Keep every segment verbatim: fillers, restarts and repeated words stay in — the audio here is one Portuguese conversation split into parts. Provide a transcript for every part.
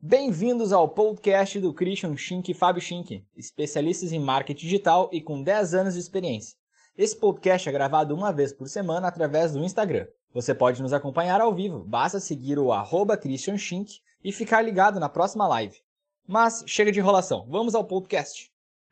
Bem-vindos ao podcast do Christian Schink e Fábio Schink, especialistas em marketing digital e com dez anos de experiência. Esse podcast é gravado uma vez por semana através do Instagram. Você pode nos acompanhar ao vivo, basta seguir o arroba Christian Schink e ficar ligado na próxima live. Mas chega de enrolação, vamos ao podcast.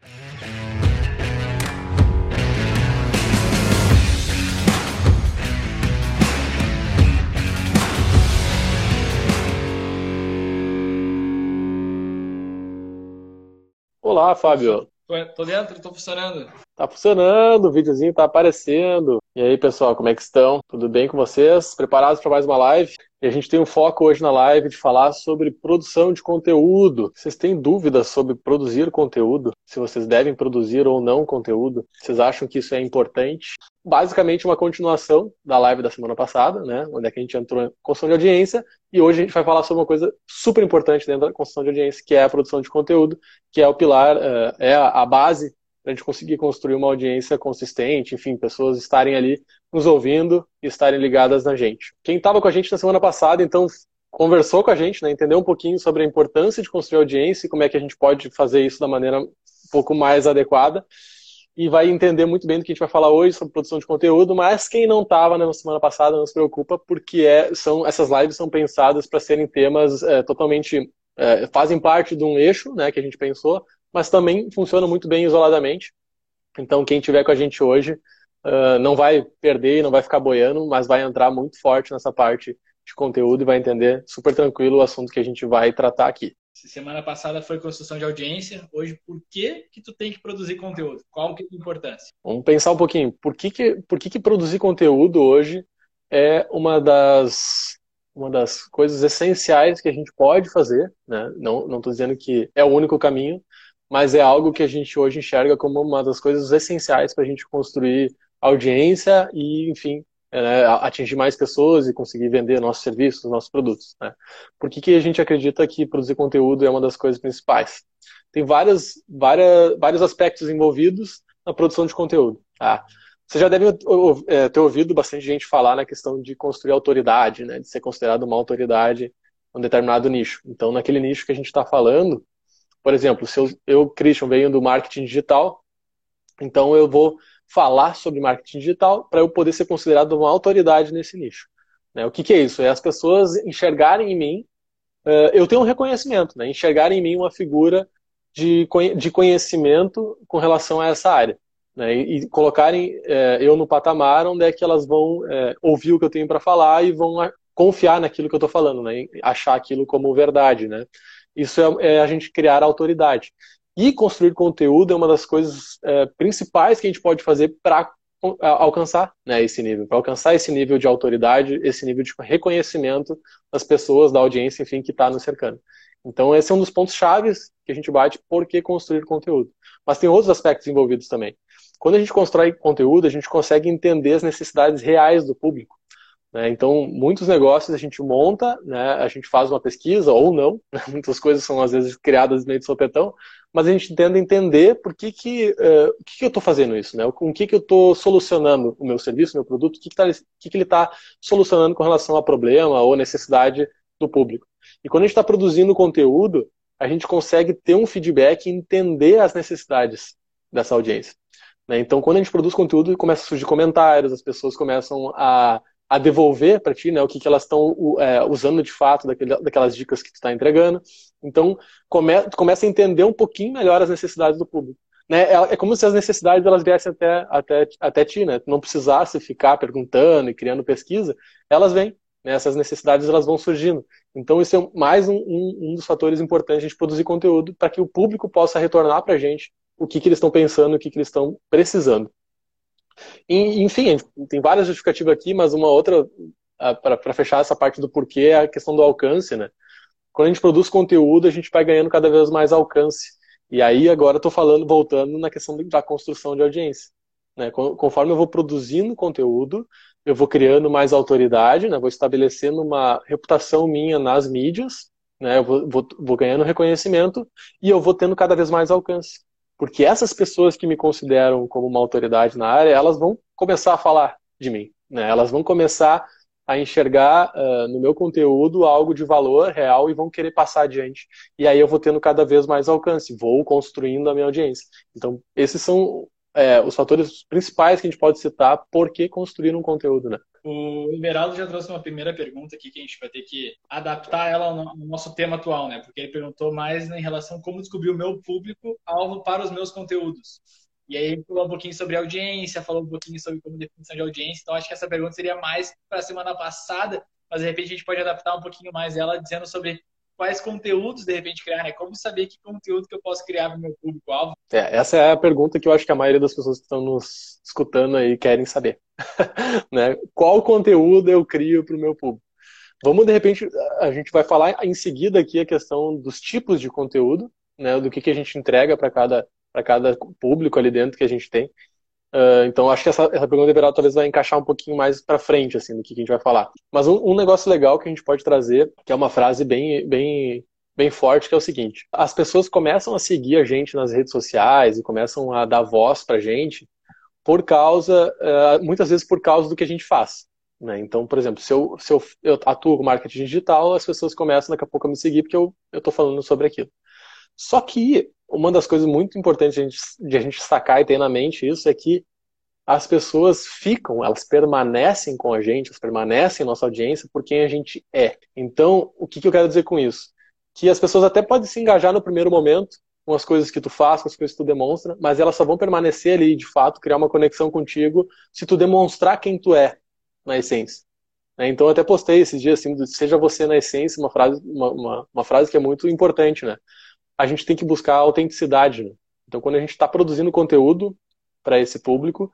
Olá, Fábio. Tô, tô dentro, tô funcionando. Tá funcionando, o videozinho tá aparecendo. E aí, pessoal, como é que estão? Tudo bem com vocês? Preparados para mais uma live? E a gente tem um foco hoje na live de falar sobre produção de conteúdo. Vocês têm dúvidas sobre produzir conteúdo? Se vocês devem produzir ou não conteúdo? Vocês acham que isso é importante? Basicamente uma continuação da live da semana passada, né? Onde é que a gente entrou em construção de audiência. E hoje a gente vai falar sobre uma coisa super importante dentro da construção de audiência, que é a produção de conteúdo, que é o pilar, é a base para a gente conseguir construir uma audiência consistente, enfim, pessoas estarem ali nos ouvindo e estarem ligadas na gente. Quem estava com a gente na semana passada, então, conversou com a gente, né, entendeu um pouquinho sobre a importância de construir audiência e como é que a gente pode fazer isso da maneira um pouco mais adequada, e vai entender muito bem do que a gente vai falar hoje sobre produção de conteúdo, mas quem não estava na semana passada não se preocupa, porque é, são, essas lives são pensadas para serem temas é, totalmente, é, fazem parte de um eixo, né, que a gente pensou, mas também funciona muito bem isoladamente. Então, quem estiver com a gente hoje uh, não vai perder e não vai ficar boiando, mas vai entrar muito forte nessa parte de conteúdo e vai entender super tranquilo o assunto que a gente vai tratar aqui. Semana passada foi construção de audiência, hoje por que que tu tem que produzir conteúdo? Qual que é a importância? Vamos pensar um pouquinho. Por que que, por que que produzir conteúdo hoje é uma das... uma das coisas essenciais que a gente pode fazer, né? Não não estou dizendo que é o único caminho, mas é algo que a gente hoje enxerga como uma das coisas essenciais para a gente construir audiência e, enfim, é, atingir mais pessoas e conseguir vender nossos serviços, nossos produtos, né? Por que que a gente acredita que produzir conteúdo é uma das coisas principais? Tem várias, várias, vários aspectos envolvidos na produção de conteúdo, tá? Você já deve ter ouvido bastante gente falar na questão de construir autoridade, né? De ser considerado uma autoridade em um determinado nicho. Então, naquele nicho que a gente está falando, por exemplo, se eu, eu, Christian, venho do marketing digital, então eu vou falar sobre marketing digital para eu poder ser considerado uma autoridade nesse nicho, né? O que que é isso? É as pessoas enxergarem em mim, uh, eu tenho um reconhecimento, né? Enxergarem em mim uma figura de, de conhecimento com relação a essa área, né? E, e colocarem uh, eu no patamar onde é que elas vão uh, ouvir o que eu tenho para falar e vão confiar naquilo que eu estou falando, né? E achar aquilo como verdade, né? Isso é, é a gente criar autoridade. E construir conteúdo é uma das coisas é, principais que a gente pode fazer para alcançar, né, esse nível, para alcançar esse nível de autoridade, esse nível de reconhecimento das pessoas, da audiência, enfim, que está nos cercando. Então, esse é um dos pontos chaves que a gente bate, por que construir conteúdo. Mas tem outros aspectos envolvidos também. Quando a gente constrói conteúdo, a gente consegue entender as necessidades reais do público. Então, muitos negócios a gente monta, né, a gente faz uma pesquisa, ou não, né, muitas coisas são às vezes criadas meio de sopetão, mas a gente tenta entender por que que, uh, o que, que eu estou fazendo isso, né, com o que, que eu estou solucionando o meu serviço, o meu produto, o que, que, tá, que, que ele está solucionando com relação a problema ou necessidade do público. E quando a gente está produzindo conteúdo, a gente consegue ter um feedback e entender as necessidades dessa audiência, né? Então, quando a gente produz conteúdo, começa a surgir comentários, as pessoas começam a a devolver para ti, né, o que, que elas estão é, usando de fato daquele, daquelas dicas que tu está entregando. Então, come, tu começa a entender um pouquinho melhor as necessidades do público, né? É, é como se as necessidades elas viessem até, até, até ti, né? Tu não precisasse ficar perguntando e criando pesquisa, elas vêm, né? Essas necessidades elas vão surgindo. Então, isso é mais um, um, um dos fatores importantes de a gente produzir conteúdo para que o público possa retornar para a gente o que, que eles estão pensando, o que, que eles estão precisando. E, enfim, tem várias justificativas aqui, mas uma outra, para fechar essa parte do porquê, é a questão do alcance, né? Quando a gente produz conteúdo, a gente vai ganhando cada vez mais alcance. E aí, agora, estou falando, voltando na questão da construção de audiência, né? Conforme eu vou produzindo conteúdo, eu vou criando mais autoridade, né? Vou estabelecendo uma reputação minha nas mídias, né? Eu vou, vou, vou ganhando reconhecimento e eu vou tendo cada vez mais alcance. Porque essas pessoas que me consideram como uma autoridade na área, elas vão começar a falar de mim, né? Elas vão começar a enxergar uh, no meu conteúdo algo de valor real e vão querer passar adiante. E aí eu vou tendo cada vez mais alcance, vou construindo a minha audiência. Então, esses são é, os fatores principais que a gente pode citar por que construir um conteúdo, né? O Everaldo já trouxe uma primeira pergunta aqui que a gente vai ter que adaptar ela ao nosso tema atual, né? Porque ele perguntou mais em relação a como descobrir o meu público-alvo para os meus conteúdos. E aí ele falou um pouquinho sobre audiência, falou um pouquinho sobre como definição de audiência. Então acho que essa pergunta seria mais para a semana passada, mas de repente a gente pode adaptar um pouquinho mais ela, dizendo sobre quais conteúdos de repente criar, né? Como saber que conteúdo que eu posso criar para o meu público-alvo. É, essa é a pergunta que eu acho que a maioria das pessoas que estão nos escutando aí querem saber. Né? Qual conteúdo eu crio para o meu público? Vamos, de repente, a gente vai falar em seguida aqui a questão dos tipos de conteúdo, né? Do que, que a gente entrega para cada, para cada público ali dentro que a gente tem. Uh, então, acho que essa, essa pergunta de Everaldo talvez vai encaixar um pouquinho mais para frente, assim, do que, que a gente vai falar. Mas um, um negócio legal que a gente pode trazer, que é uma frase bem, bem, bem forte, que é o seguinte: as pessoas começam a seguir a gente nas redes sociais e começam a dar voz pra gente por causa, uh, muitas vezes por causa do que a gente faz. Né? Então, por exemplo, se, eu, se eu, eu atuo com marketing digital, as pessoas começam daqui a pouco a me seguir porque eu estou falando sobre aquilo. Só que uma das coisas muito importantes de a, gente, de a gente sacar e ter na mente isso é que as pessoas ficam, elas permanecem com a gente, elas permanecem em nossa audiência por quem a gente é. Então, o que, que eu quero dizer com isso? Que as pessoas até podem se engajar no primeiro momento com as coisas que tu faz, com as coisas que tu demonstra, mas elas só vão permanecer ali, de fato, criar uma conexão contigo se tu demonstrar quem tu é, na essência. Então, eu até postei esses dias, assim, seja você na essência, uma frase, uma, uma, uma frase que é muito importante, né? A gente tem que buscar a autenticidade, né? Então, quando a gente está produzindo conteúdo para esse público,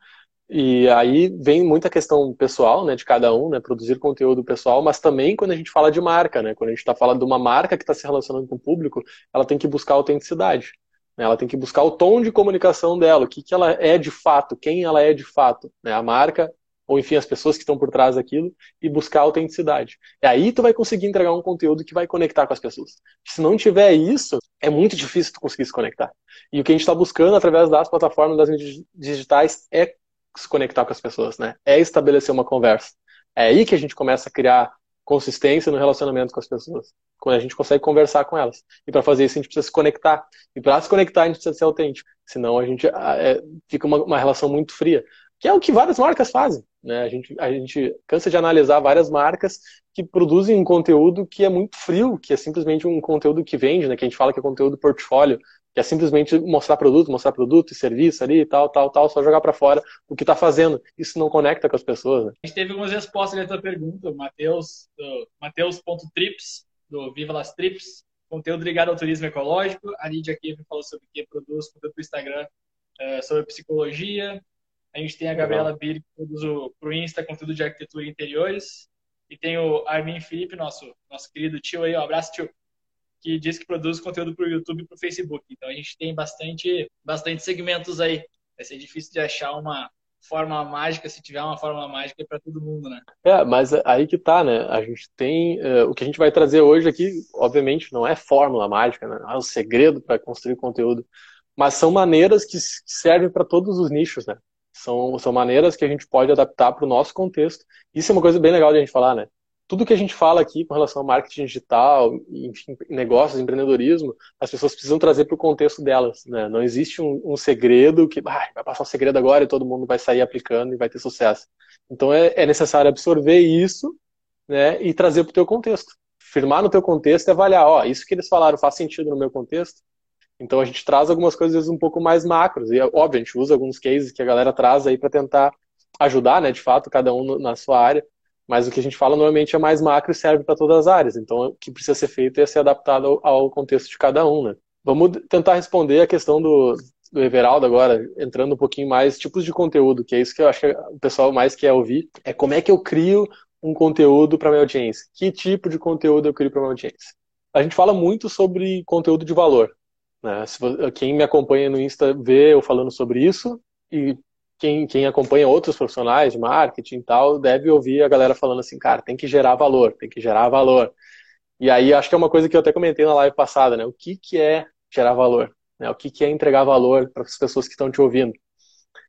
e aí vem muita questão pessoal, né, de cada um, né, produzir conteúdo pessoal, mas também quando a gente fala de marca, né, quando a gente está falando de uma marca que está se relacionando com o público, ela tem que buscar autenticidade, né, ela tem que buscar o tom de comunicação dela, o que, que ela é de fato, quem ela é de fato, né, a marca, ou enfim, as pessoas que estão por trás daquilo, e buscar autenticidade. E aí tu vai conseguir entregar um conteúdo que vai conectar com as pessoas. Se não tiver isso, é muito difícil tu conseguir se conectar. E o que a gente está buscando através das plataformas das mídias digitais é se conectar com as pessoas, né? É estabelecer uma conversa. É aí que a gente começa a criar consistência no relacionamento com as pessoas. Quando a gente consegue conversar com elas. E para fazer isso a gente precisa se conectar. E para se conectar a gente precisa ser autêntico. Senão a gente é, fica uma, uma relação muito fria. Que é o que várias marcas fazem, né? A gente, a gente cansa de analisar várias marcas que produzem um conteúdo que é muito frio, que é simplesmente um conteúdo que vende, né? Que a gente fala que é conteúdo portfólio, que é simplesmente mostrar produto, mostrar produto e serviço ali, tal, tal, tal, só jogar para fora o que está fazendo. Isso não conecta com as pessoas, né? A gente teve algumas respostas à tua pergunta, o Matheus, do Mateus.trips, do Viva Las Trips, conteúdo ligado ao turismo ecológico. A Lídia aqui falou sobre o que produz conteúdo para o Instagram, uh, sobre psicologia. A gente tem a Gabriela Bir, que produz para o Insta conteúdo de arquitetura e interiores. E tem o Armin Felipe, nosso, nosso querido tio aí, um abraço, tio, que diz que produz conteúdo para o YouTube e para o Facebook. Então a gente tem bastante, bastante segmentos aí. Vai ser difícil de achar uma fórmula mágica, se tiver uma fórmula mágica para todo mundo, né? É, mas aí que tá, né? A gente tem... Uh, o que a gente vai trazer hoje aqui, obviamente, não é fórmula mágica, né? Não é o segredo para construir conteúdo. Mas são maneiras que servem para todos os nichos, né? São, são maneiras que a gente pode adaptar para o nosso contexto. Isso é uma coisa bem legal de a gente falar, né? Tudo que a gente fala aqui com relação ao marketing digital, enfim, negócios, empreendedorismo, as pessoas precisam trazer para o contexto delas, né? Não existe um, um segredo que ah, vai passar um segredo agora e todo mundo vai sair aplicando e vai ter sucesso. Então é, é necessário absorver isso, né, e trazer para o teu contexto. Firmar no teu contexto e avaliar, ó, isso que eles falaram faz sentido no meu contexto? Então a gente traz algumas coisas às vezes, um pouco mais macros. E, óbvio, a gente usa alguns cases que a galera traz aí para tentar ajudar, né, de fato, cada um no, na sua área. Mas o que a gente fala normalmente é mais macro e serve para todas as áreas. Então o que precisa ser feito é ser adaptado ao, ao contexto de cada um, né? Vamos tentar responder a questão do, do Everaldo agora, entrando um pouquinho mais tipos de conteúdo, que é isso que eu acho que o pessoal mais quer ouvir. É como é que eu crio um conteúdo para minha audiência? Que tipo de conteúdo eu crio para minha audiência? A gente fala muito sobre conteúdo de valor. Né? Se, quem me acompanha no Insta vê eu falando sobre isso, e quem, quem acompanha outros profissionais de marketing e tal, deve ouvir a galera falando assim, cara, tem que gerar valor, tem que gerar valor. E aí acho que é uma coisa que eu até comentei na live passada, né? O que, que é gerar valor? Né? O que, que é entregar valor para as pessoas que estão te ouvindo?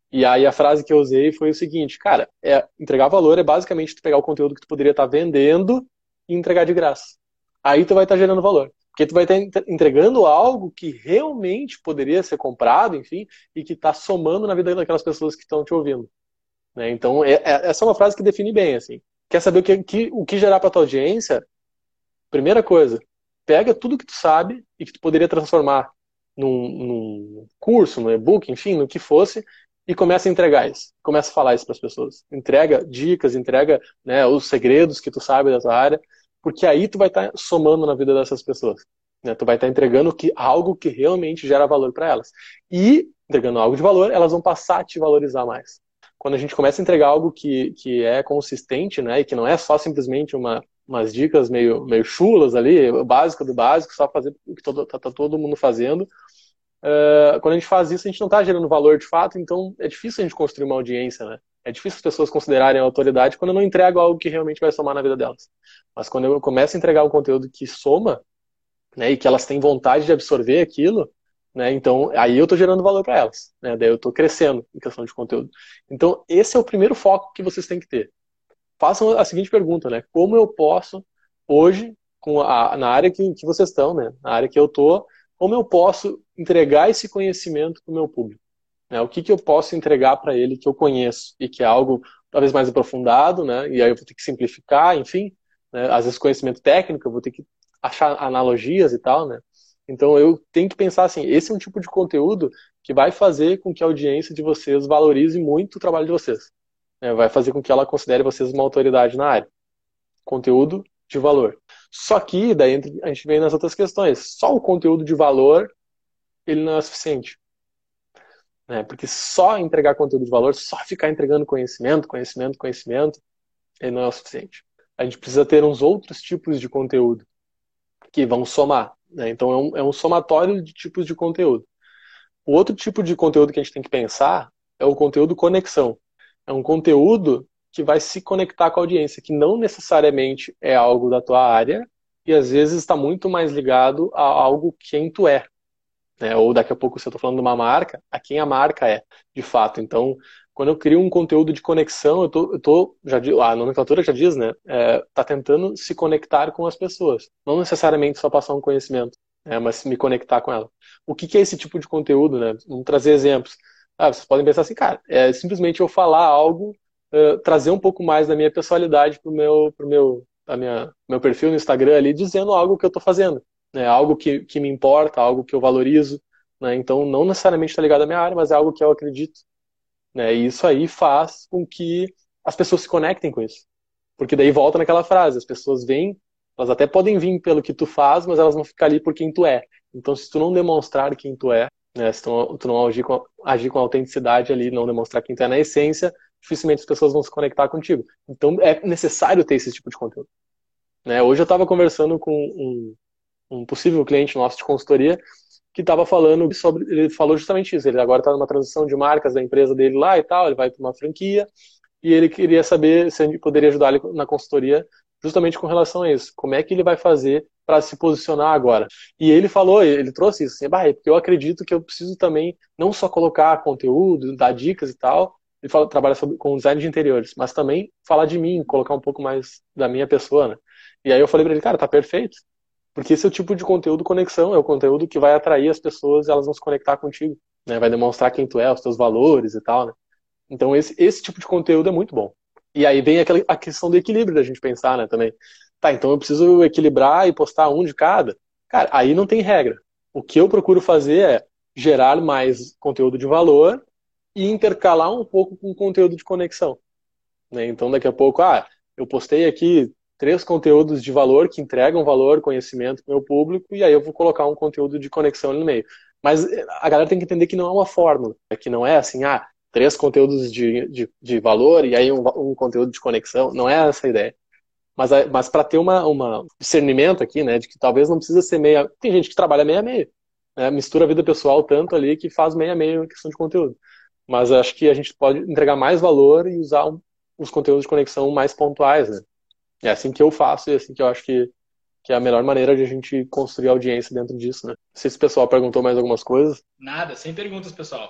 E aí a frase que eu usei foi o seguinte, cara, é, entregar valor é basicamente tu pegar o conteúdo que tu poderia estar vendendo e entregar de graça. Aí tu vai estar gerando valor. Porque tu vai estar entregando algo que realmente poderia ser comprado, enfim, e que está somando na vida daquelas pessoas que estão te ouvindo. Né? Então, é, é, essa é uma frase que define bem, assim. Quer saber o que, que, o que gerar para tua audiência? Primeira coisa, pega tudo que tu sabe e que tu poderia transformar num, num curso, num e-book, enfim, no que fosse, e começa a entregar isso. Começa a falar isso para as pessoas. Entrega dicas, entrega, né, os segredos que tu sabe da tua área, porque aí tu vai estar tá somando na vida dessas pessoas. Né? Tu vai estar tá entregando que, algo que realmente gera valor para elas. E, entregando algo de valor, elas vão passar a te valorizar mais. Quando a gente começa a entregar algo que, que é consistente, né, e que não é só simplesmente uma umas dicas meio, meio chulas ali, o básico do básico, só fazer o que todo, tá, tá todo mundo fazendo. Uh, quando a gente faz isso, a gente não está gerando valor de fato, então é difícil a gente construir uma audiência, né? É difícil as pessoas considerarem a autoridade quando eu não entrego algo que realmente vai somar na vida delas. Mas quando eu começo a entregar um conteúdo que soma, né, e que elas têm vontade de absorver aquilo, né, então aí eu estou gerando valor para elas, né? Daí eu estou crescendo em questão de conteúdo. Então esse é o primeiro foco que vocês têm que ter. Façam a seguinte pergunta, né? Como eu posso, hoje, com a, na área que, que vocês estão, né? Na área que eu tô, como eu posso entregar esse conhecimento para o meu público? Né? O que, que eu posso entregar para ele que eu conheço e que é algo talvez mais aprofundado, né? E aí eu vou ter que simplificar, enfim, né? Às vezes conhecimento técnico, eu vou ter que achar analogias e tal, né? Então eu tenho que pensar assim, esse é um tipo de conteúdo que vai fazer com que a audiência de vocês valorize muito o trabalho de vocês. Né, vai fazer com que ela considere vocês uma autoridade na área. Conteúdo de valor. Só que, daí a gente vem nas outras questões. Só o conteúdo de valor, ele não é suficiente. Né? Porque só entregar conteúdo de valor, só ficar entregando conhecimento, conhecimento, conhecimento, ele não é o suficiente. A gente precisa ter uns outros tipos de conteúdo que vão somar. Né? Então, é um, é um somatório de tipos de conteúdo. O outro tipo de conteúdo que a gente tem que pensar é o conteúdo conexão. É um conteúdo que vai se conectar com a audiência, que não necessariamente é algo da tua área e às vezes está muito mais ligado a algo quem tu é. Né? Ou daqui a pouco, se eu estou falando de uma marca, a quem a marca é, de fato. Então, quando eu crio um conteúdo de conexão, eu tô, eu tô já, a nomenclatura já diz, né? É, tá tentando se conectar com as pessoas. Não necessariamente só passar um conhecimento, né? Mas me conectar com ela. O que, que é esse tipo de conteúdo, né? Vamos trazer exemplos. Ah, vocês podem pensar assim, cara, é simplesmente eu falar algo, uh, trazer um pouco mais da minha personalidade pro meu, pro meu, a minha, meu perfil no Instagram ali, dizendo algo que eu tô fazendo, né? Algo que, que me importa, algo que eu valorizo, né? Então, não necessariamente está ligado à minha área, mas é algo que eu acredito, né? E isso aí faz com que as pessoas se conectem com isso. Porque daí volta naquela frase, as pessoas vêm, elas até podem vir pelo que tu faz, mas elas vão ficar ali por quem tu é. Então, se tu não demonstrar quem tu é, né, se tu, tu não agir com, agir com autenticidade ali, não demonstrar quem tu é na essência, dificilmente as pessoas vão se conectar contigo. Então, é necessário ter esse tipo de conteúdo. Né? Hoje eu estava conversando com um, um possível cliente nosso de consultoria que estava falando sobre, ele falou justamente isso, ele agora está numa transição de marcas da empresa dele lá e tal, ele vai para uma franquia, e ele queria saber se a gente poderia ajudar ele na consultoria justamente com relação a isso. Como é que ele vai fazer para se posicionar agora? E ele falou, ele trouxe isso, assim, bah, porque eu acredito que eu preciso também não só colocar conteúdo, dar dicas e tal, ele fala, trabalha sobre, com design de interiores, mas também falar de mim, colocar um pouco mais da minha pessoa, né? E aí eu falei para ele, cara, tá perfeito. Porque esse é o tipo de conteúdo conexão, é o conteúdo que vai atrair as pessoas e elas vão se conectar contigo, né? Vai demonstrar quem tu é, os teus valores e tal, né? Então esse, esse tipo de conteúdo é muito bom. E aí vem aquela, a questão do equilíbrio da gente pensar, né, também. Tá, então eu preciso equilibrar e postar um de cada. Cara, aí não tem regra. O que eu procuro fazer é gerar mais conteúdo de valor e intercalar um pouco com conteúdo de conexão. Né? Então daqui a pouco, ah, eu postei aqui três conteúdos de valor que entregam valor, conhecimento para o meu público e aí eu vou colocar um conteúdo de conexão ali no meio. Mas a galera tem que entender que não é uma fórmula, que não é assim, ah, três conteúdos de, de, de valor e aí um, um conteúdo de conexão. Não é essa a ideia. Mas, mas para ter uma, uma discernimento aqui, né, de que talvez não precisa ser meia... Tem gente que trabalha meia-meia, né, mistura a vida pessoal tanto ali que faz meia-meia em questão de conteúdo. Mas acho que a gente pode entregar mais valor e usar um, os conteúdos de conexão mais pontuais, né? É assim que eu faço e é assim que eu acho que, que é a melhor maneira de a gente construir audiência dentro disso, né? Não sei se o pessoal perguntou mais algumas coisas. Nada, sem perguntas, pessoal.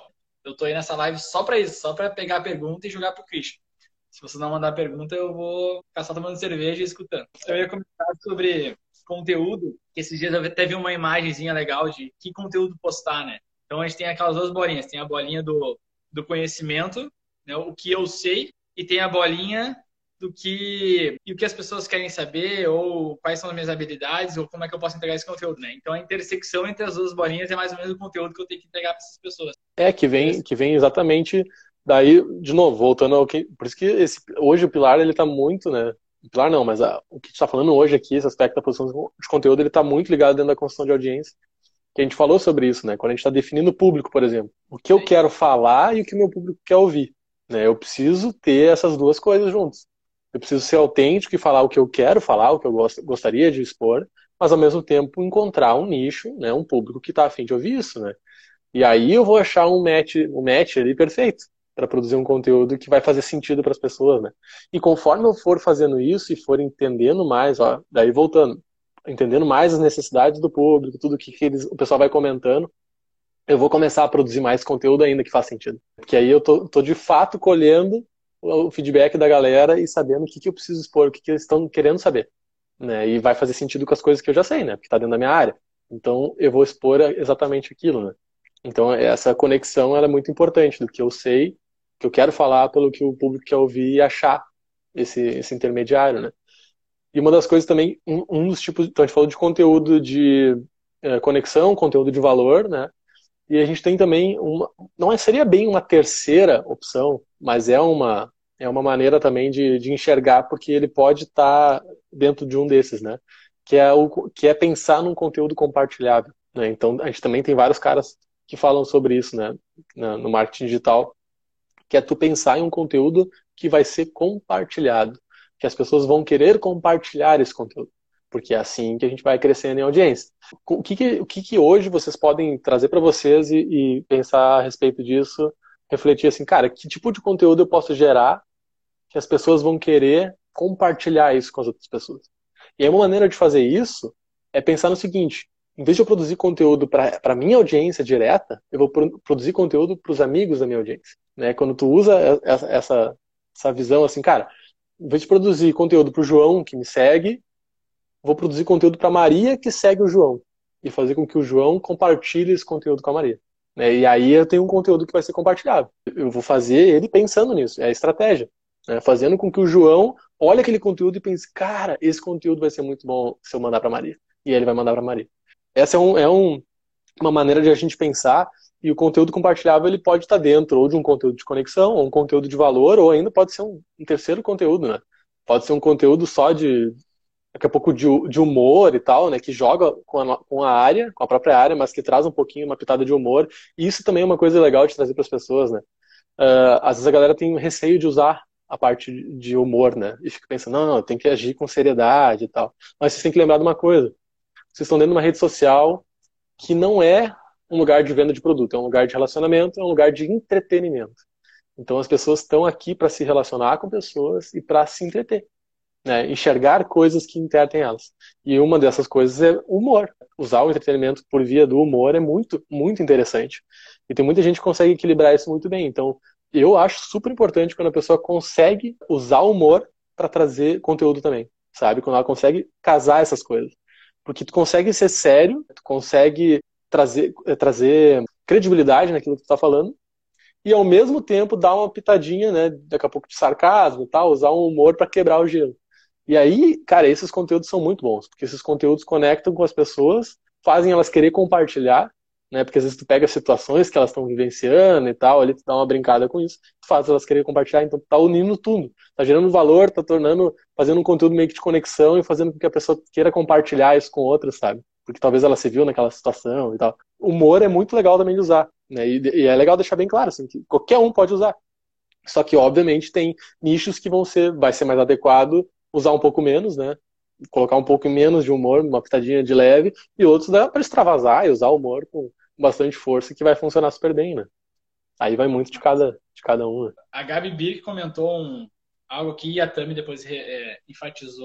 Eu tô aí nessa live só pra isso, só pra pegar a pergunta e jogar pro Christian. Se você não mandar pergunta, eu vou ficar só tomando cerveja e escutando. Eu ia comentar sobre conteúdo, que esses dias eu até vi uma imagenzinha legal de que conteúdo postar, né? Então a gente tem aquelas duas bolinhas. Tem a bolinha do, do conhecimento, né? O que eu sei, e tem a bolinha do que, e o que as pessoas querem saber, ou quais são as minhas habilidades, ou como é que eu posso entregar esse conteúdo, né? Então a intersecção entre as duas bolinhas é mais ou menos o conteúdo que eu tenho que entregar para essas pessoas. É, que vem, que vem exatamente daí, de novo, voltando ao que. Por isso que esse, hoje o pilar ele tá muito, né? O pilar não, mas a, o que a gente tá falando hoje aqui, esse aspecto da produção de conteúdo, ele tá muito ligado dentro da construção de audiência. Que a gente falou sobre isso, né? Quando a gente está definindo o público, por exemplo. O que eu quero falar e o que o meu público quer ouvir. Né? Eu preciso ter essas duas coisas juntas. Eu preciso ser autêntico e falar o que eu quero falar, o que eu gost, gostaria de expor, mas ao mesmo tempo encontrar um nicho, né? Um público que está a fim de ouvir isso, né? E aí eu vou achar um match, um match ali perfeito para produzir um conteúdo que vai fazer sentido para as pessoas, né? E conforme eu for fazendo isso e for entendendo mais, ó, daí voltando, entendendo mais as necessidades do público, tudo que, que eles, o pessoal vai comentando, eu vou começar a produzir mais conteúdo ainda que faz sentido. Porque aí eu tô, tô de fato colhendo o feedback da galera e sabendo o que, que eu preciso expor, o que, que eles estão querendo saber. Né? E vai fazer sentido com as coisas que eu já sei, né? Porque está dentro da minha área. Então eu vou expor exatamente aquilo, né? Então essa conexão ela é muito importante do que eu sei, que eu quero falar, pelo que o público quer ouvir e achar esse, esse intermediário, né? E uma das coisas também, um, um dos tipos, então a gente falou de conteúdo de é, conexão, conteúdo de valor, né? E a gente tem também uma, não é, seria bem uma terceira opção, mas é uma, é uma maneira também de, de enxergar, porque ele pode estar dentro de um desses, né? Que é, o, que é pensar num conteúdo compartilhável, né? Então a gente também tem vários caras que falam sobre isso, né? No marketing digital, que é tu pensar em um conteúdo que vai ser compartilhado, que as pessoas vão querer compartilhar esse conteúdo, porque é assim que a gente vai crescendo em audiência. O que, que, o que, que hoje vocês podem trazer para vocês e, e pensar a respeito disso, refletir assim, cara, que tipo de conteúdo eu posso gerar que as pessoas vão querer compartilhar isso com as outras pessoas? E aí uma maneira de fazer isso é pensar no seguinte: em vez de eu produzir conteúdo para a minha audiência direta, eu vou pro, produzir conteúdo para os amigos da minha audiência. Né? Quando tu usa essa, essa, essa visão assim, cara, em vez de produzir conteúdo para o João, que me segue, vou produzir conteúdo para a Maria, que segue o João. E fazer com que o João compartilhe esse conteúdo com a Maria. Né? E aí eu tenho um conteúdo que vai ser compartilhável. Eu vou fazer ele pensando nisso, é a estratégia. Né? Fazendo com que o João olhe aquele conteúdo e pense, cara, esse conteúdo vai ser muito bom se eu mandar para a Maria. E aí ele vai mandar para a Maria. Essa é, um, é um, uma maneira de a gente pensar, e o conteúdo compartilhável ele pode estar dentro ou de um conteúdo de conexão, ou um conteúdo de valor, ou ainda pode ser um, um terceiro conteúdo, né? Pode ser um conteúdo só de, daqui a pouco, de, de humor e tal, né? Que joga com a, com a área, com a própria área, mas que traz um pouquinho, uma pitada de humor. E isso também é uma coisa legal de trazer para as pessoas, né? Uh, às vezes a galera tem receio de usar a parte de humor, né? E fica pensando, não, não, tem que agir com seriedade e tal. Mas vocês têm que lembrar de uma coisa: vocês estão dentro de uma rede social que não é um lugar de venda de produto, é um lugar de relacionamento, é um lugar de entretenimento. Então as pessoas estão aqui para se relacionar com pessoas e para se entreter, né? Enxergar coisas que entretem elas. E uma dessas coisas é o humor. Usar o entretenimento por via do humor é muito, muito interessante. E tem muita gente que consegue equilibrar isso muito bem. Então eu acho super importante quando a pessoa consegue usar o humor para trazer conteúdo também, sabe? Quando ela consegue casar essas coisas. Porque tu consegue ser sério, tu consegue trazer, trazer credibilidade naquilo que tu tá falando, e ao mesmo tempo dar uma pitadinha, né, daqui a pouco de sarcasmo e tal, usar um humor para quebrar o gelo. E aí, cara, esses conteúdos são muito bons, porque esses conteúdos conectam com as pessoas, fazem elas querer compartilhar, né, porque às vezes tu pega situações que elas estão vivenciando e tal, ali tu dá uma brincada com isso, tu faz elas querer compartilhar, então tu tá unindo tudo, tá gerando valor, tá tornando, fazendo um conteúdo meio que de conexão e fazendo com que a pessoa queira compartilhar isso com outras, sabe? Porque talvez ela se viu naquela situação e tal. O humor é muito legal também de usar, né, e, e é legal deixar bem claro, assim, que qualquer um pode usar. Só que, obviamente, tem nichos que vão ser, vai ser mais adequado usar um pouco menos, né? Colocar um pouco menos de humor, uma pitadinha de leve, e outros dá para extravasar e usar o humor com bastante força, que vai funcionar super bem, né? Aí vai muito de cada, de cada um. Né? A Gabi Birk comentou um, algo que a Tami depois é, enfatizou,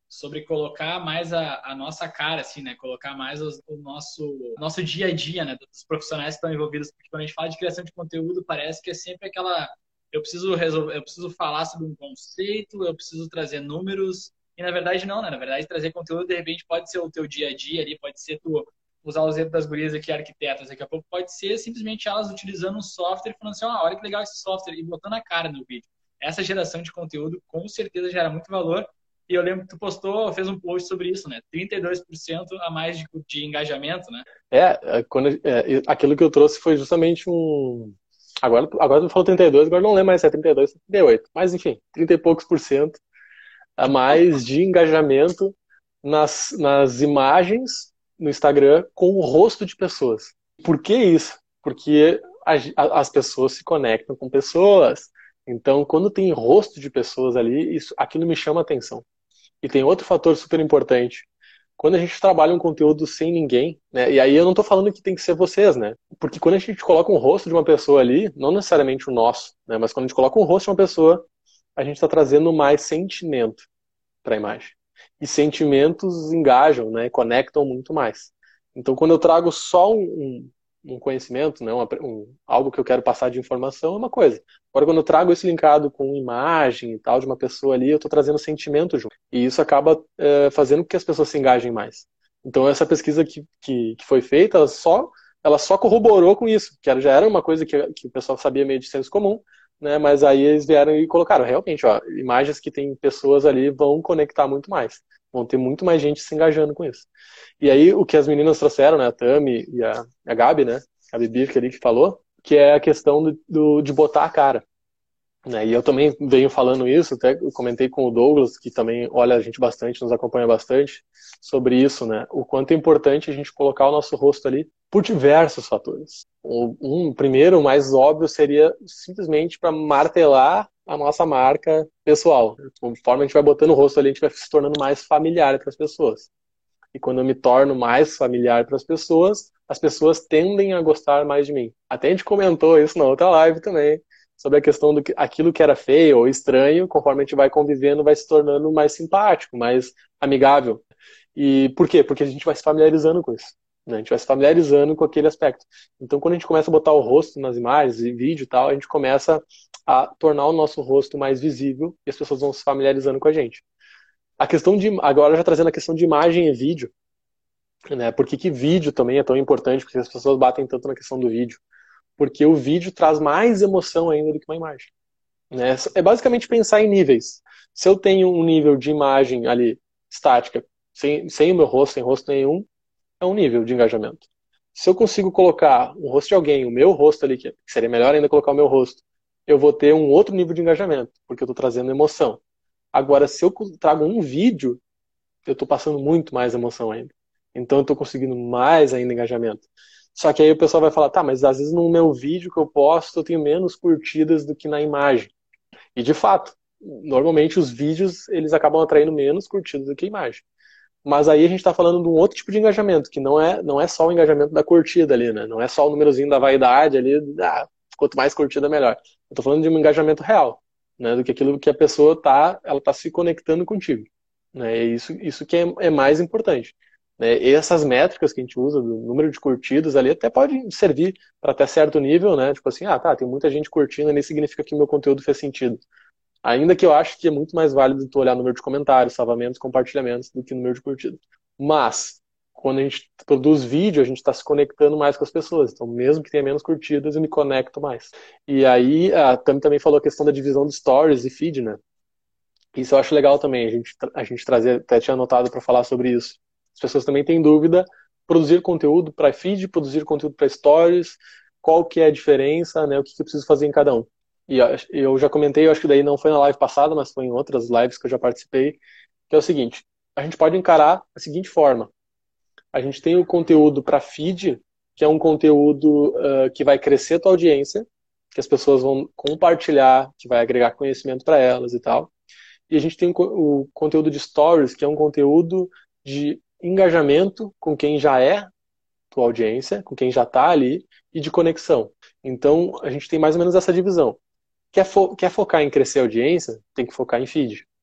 sobre colocar mais a, a nossa cara, assim, né? Colocar mais os, o nosso, nosso dia a dia, né? Dos profissionais que estão envolvidos. Porque quando a gente fala de criação de conteúdo, parece que é sempre aquela... Eu preciso resolver, eu preciso falar sobre um conceito, eu preciso trazer números. E na verdade não, né? Na verdade, trazer conteúdo, de repente, pode ser o teu dia a dia ali, pode ser tu usar o exemplo das gurias aqui, arquitetas, daqui a pouco pode ser simplesmente elas utilizando um software e falando assim, ah, olha que legal esse software, e botando a cara no vídeo. Essa geração de conteúdo, com certeza, gera muito valor. E eu lembro que tu postou, fez um post sobre isso, né? trinta e dois por cento a mais de, de engajamento, né? É, quando, é, aquilo que eu trouxe foi justamente um... Agora, agora tu falou trinta e dois, agora não lembro mais se é trinta e dois ou trinta e oito. Mas, enfim, trinta e poucos por cento a mais de engajamento nas, nas imagens no Instagram com o rosto de pessoas. Por que isso? Porque a, a, as pessoas se conectam com pessoas. Então, quando tem rosto de pessoas ali, isso, aquilo me chama a atenção. E tem outro fator super importante. Quando a gente trabalha um conteúdo sem ninguém, né? E aí eu não estou falando que tem que ser vocês, né? Porque quando a gente coloca um rosto de uma pessoa ali, não necessariamente o nosso, né? Mas quando a gente coloca um rosto de uma pessoa, a gente está trazendo mais sentimento para a imagem. E sentimentos engajam, né? Conectam muito mais. Então, quando eu trago só um, um, um conhecimento, né? Um, um, algo que eu quero passar de informação, é uma coisa. Agora, quando eu trago isso linkado com imagem e tal de uma pessoa ali, eu estou trazendo sentimento junto. E isso acaba é, fazendo com que as pessoas se engajem mais. Então, essa pesquisa que, que, que foi feita, ela só, ela só corroborou com isso, que já era uma coisa que, que o pessoal sabia meio de senso comum, né? Mas aí eles vieram e colocaram, realmente, ó, imagens que tem pessoas ali vão conectar muito mais. Vão ter muito mais gente se engajando com isso. E aí, o que as meninas trouxeram, né? A Tami e a, a Gabi, né? A Gabi Birk ali que falou, que é a questão do, do, de botar a cara. Né? E eu também venho falando isso, até comentei com o Douglas, que também olha a gente bastante, nos acompanha bastante, sobre isso, né? O quanto é importante a gente colocar o nosso rosto ali por diversos fatores. Um primeiro, o mais óbvio, seria simplesmente para martelar a nossa marca pessoal. Conforme a gente vai botando o rosto ali, a gente vai se tornando mais familiar para as pessoas. E quando eu me torno mais familiar para as pessoas, as pessoas tendem a gostar mais de mim. Até a gente comentou isso na outra live também, sobre a questão do que aquilo que era feio ou estranho, conforme a gente vai convivendo, vai se tornando mais simpático, mais amigável. E por quê? Porque a gente vai se familiarizando com isso. Né? A gente vai se familiarizando com aquele aspecto. Então, quando a gente começa a botar o rosto nas imagens e vídeo e tal, a gente começa a tornar o nosso rosto mais visível e as pessoas vão se familiarizando com a gente. A questão de, agora já trazendo a questão de imagem e vídeo, né? Por que que vídeo também é tão importante? Porque as pessoas batem tanto na questão do vídeo. Porque o vídeo traz mais emoção ainda do que uma imagem. Né? É basicamente pensar em níveis. Se eu tenho um nível de imagem ali estática, sem, sem o meu rosto, sem rosto nenhum, é um nível de engajamento. Se eu consigo colocar o rosto de alguém, o meu rosto ali, que seria melhor ainda colocar o meu rosto, eu vou ter um outro nível de engajamento, porque eu estou trazendo emoção. Agora, se eu trago um vídeo, eu estou passando muito mais emoção ainda. Então eu estou conseguindo mais ainda engajamento. Só que aí o pessoal vai falar, tá, mas às vezes no meu vídeo que eu posto eu tenho menos curtidas do que na imagem. E de fato, normalmente os vídeos eles acabam atraindo menos curtidas do que a imagem. Mas aí a gente está falando de um outro tipo de engajamento, que não é, não é só o engajamento da curtida ali, né? Não é só o númerozinho da vaidade ali, ah, quanto mais curtida melhor. Eu estou falando de um engajamento real, né? Do que aquilo que a pessoa tá, ela tá se conectando contigo. Né? E isso, isso que é, é mais importante. Né? E essas métricas que a gente usa, do número de curtidas ali, até pode servir para até certo nível, né? Tipo assim, ah, tá, tem muita gente curtindo, ali significa que o meu conteúdo fez sentido. Ainda que eu acho que é muito mais válido tu olhar o número de comentários, salvamentos, compartilhamentos do que o número de curtidas. Mas, quando a gente produz vídeo, a gente está se conectando mais com as pessoas. Então, mesmo que tenha menos curtidas, eu me conecto mais. E aí, a Tami também falou a questão da divisão de stories e feed, né? Isso eu acho legal também, a gente, a gente trazer, até tinha anotado para falar sobre isso. As pessoas também têm dúvida, produzir conteúdo para feed, produzir conteúdo para stories, qual que é a diferença, né? O que, que eu preciso fazer em cada um. E eu já comentei, eu acho que daí não foi na live passada, mas foi em outras lives que eu já participei, que é o seguinte, a gente pode encarar da seguinte forma. A gente tem o conteúdo para feed, que é um conteúdo uh, que vai crescer a tua audiência, que as pessoas vão compartilhar, que vai agregar conhecimento para elas e tal. E a gente tem o conteúdo de stories, que é um conteúdo de engajamento com quem já é tua audiência, com quem já está ali, e de conexão. Então, a gente tem mais ou menos essa divisão. Quer, fo quer focar em crescer a audiência, tem que focar em feed.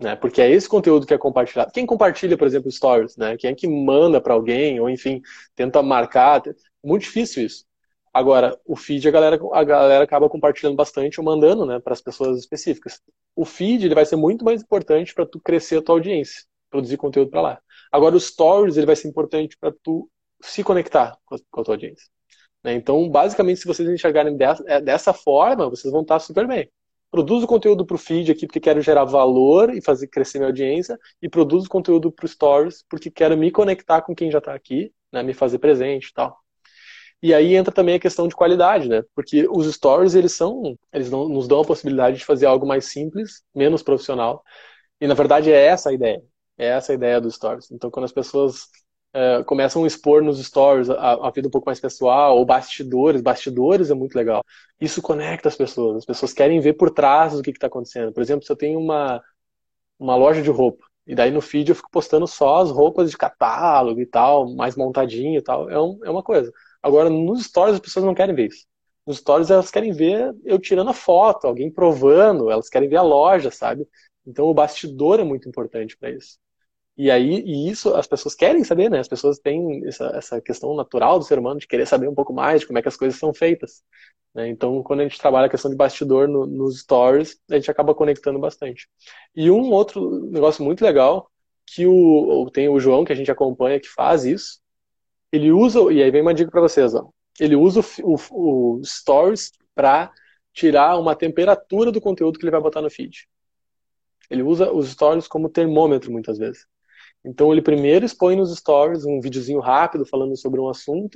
né? Porque é esse conteúdo que é compartilhado. Quem compartilha, por exemplo, stories, né? Quem é que manda para alguém, ou enfim, tenta marcar. Muito difícil isso. Agora, o feed a galera, a galera acaba compartilhando bastante ou mandando, né, para as pessoas específicas. O feed ele vai ser muito mais importante para tu crescer a tua audiência, produzir conteúdo para lá. Agora, o stories ele vai ser importante para tu se conectar com a, com a tua audiência. Né? Então, basicamente, se vocês enxergarem dessa, dessa forma, vocês vão estar super bem. Produzo conteúdo para o feed aqui porque quero gerar valor e fazer crescer minha audiência, e produzo conteúdo para o stories porque quero me conectar com quem já está aqui, né, me fazer presente e tal. E aí entra também a questão de qualidade, né? Porque os stories, eles são, eles não, nos dão a possibilidade de fazer algo mais simples, menos profissional. E na verdade é essa a ideia. É essa a ideia dos stories. Então quando as pessoas é, começam a expor nos stories a, a vida um pouco mais pessoal, ou bastidores, bastidores é muito legal. Isso conecta as pessoas. As pessoas querem ver por trás do que está acontecendo. Por exemplo, se eu tenho uma, uma loja de roupa, e daí no feed eu fico postando só as roupas de catálogo e tal, mais montadinho e tal, é, um, é uma coisa. Agora, nos stories as pessoas não querem ver isso. Nos stories elas querem ver eu tirando a foto, alguém provando, elas querem ver a loja, sabe? Então o bastidor é muito importante para isso. E aí, e isso as pessoas querem saber, né? As pessoas têm essa, essa questão natural do ser humano de querer saber um pouco mais de como é que as coisas são feitas. Né? Então, quando a gente trabalha a questão de bastidor no, nos stories, a gente acaba conectando bastante. E um outro negócio muito legal, que o, tem o João, que a gente acompanha, que faz isso, ele usa, e aí vem uma dica para vocês, ó. Ele usa o, o, o Stories para tirar uma temperatura do conteúdo que ele vai botar no feed. Ele usa os Stories como termômetro, muitas vezes. Então ele primeiro expõe nos Stories um videozinho rápido falando sobre um assunto,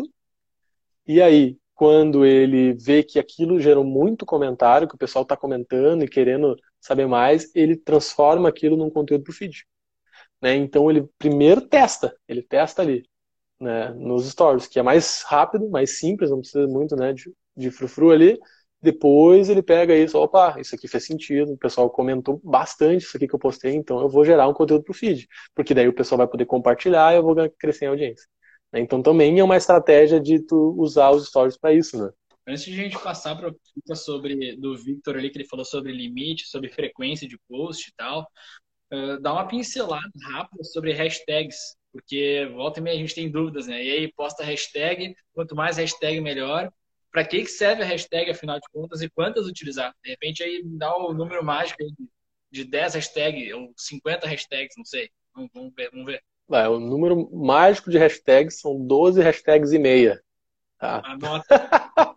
e aí, quando ele vê que aquilo gerou muito comentário, que o pessoal está comentando e querendo saber mais, ele transforma aquilo num conteúdo para o feed. Né? Então ele primeiro testa, ele testa ali. Né, nos stories, que é mais rápido, mais simples, não precisa muito, né, de, de frufru ali. Depois ele pega isso, opa, isso aqui fez sentido, o pessoal comentou bastante isso aqui que eu postei, então eu vou gerar um conteúdo pro feed, porque daí o pessoal vai poder compartilhar e eu vou crescer em audiência. Né, então também é uma estratégia de tu usar os stories para isso, né? Antes de a gente passar para a sobre do Victor ali, que ele falou sobre limite, sobre frequência de post e tal, uh, dá uma pincelada rápida sobre hashtags, porque volta e meia a gente tem dúvidas, né? E aí posta hashtag, quanto mais hashtag melhor. Para que que serve a hashtag, afinal de contas, e quantas utilizar? De repente aí dá o número mágico aí de dez hashtags ou cinquenta hashtags, não sei. Vamos, vamos ver, vamos ver. Vai, o número mágico de hashtags são doze hashtags e meia. Tá? Anota.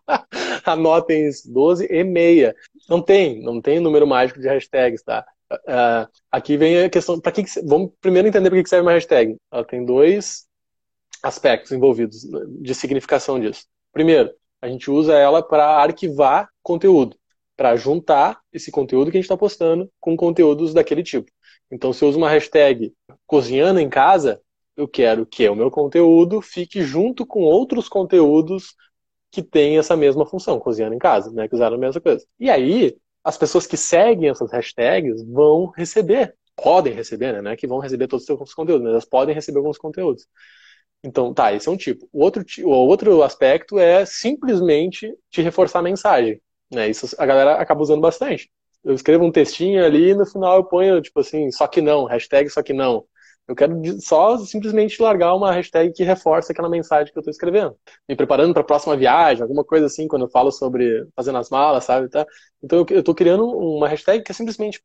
Anotem isso, doze e meia. Não tem, não tem número mágico de hashtags, tá? Uh, aqui vem a questão, para que, que vamos primeiro entender para que serve uma hashtag. Ela tem dois aspectos envolvidos de significação disso. Primeiro, a gente usa ela para arquivar conteúdo, para juntar esse conteúdo que a gente está postando com conteúdos daquele tipo. Então, se eu uso uma hashtag cozinhando em casa, eu quero que o meu conteúdo fique junto com outros conteúdos que têm essa mesma função, cozinhando em casa, né, que usaram a mesma coisa. E aí, as pessoas que seguem essas hashtags vão receber, podem receber, né, não é que vão receber todos os seus conteúdos, mas elas podem receber alguns conteúdos. Então, tá, esse é um tipo. O outro, o outro aspecto é simplesmente te reforçar a mensagem. Né? Isso a galera acaba usando bastante. Eu escrevo um textinho ali e no final eu ponho, tipo assim, só que não, hashtag só que não. Eu quero só simplesmente largar uma hashtag que reforça aquela mensagem que eu estou escrevendo. Me preparando para a próxima viagem, alguma coisa assim, quando eu falo sobre fazendo as malas, sabe? Tá? Então eu estou criando uma hashtag que é simplesmente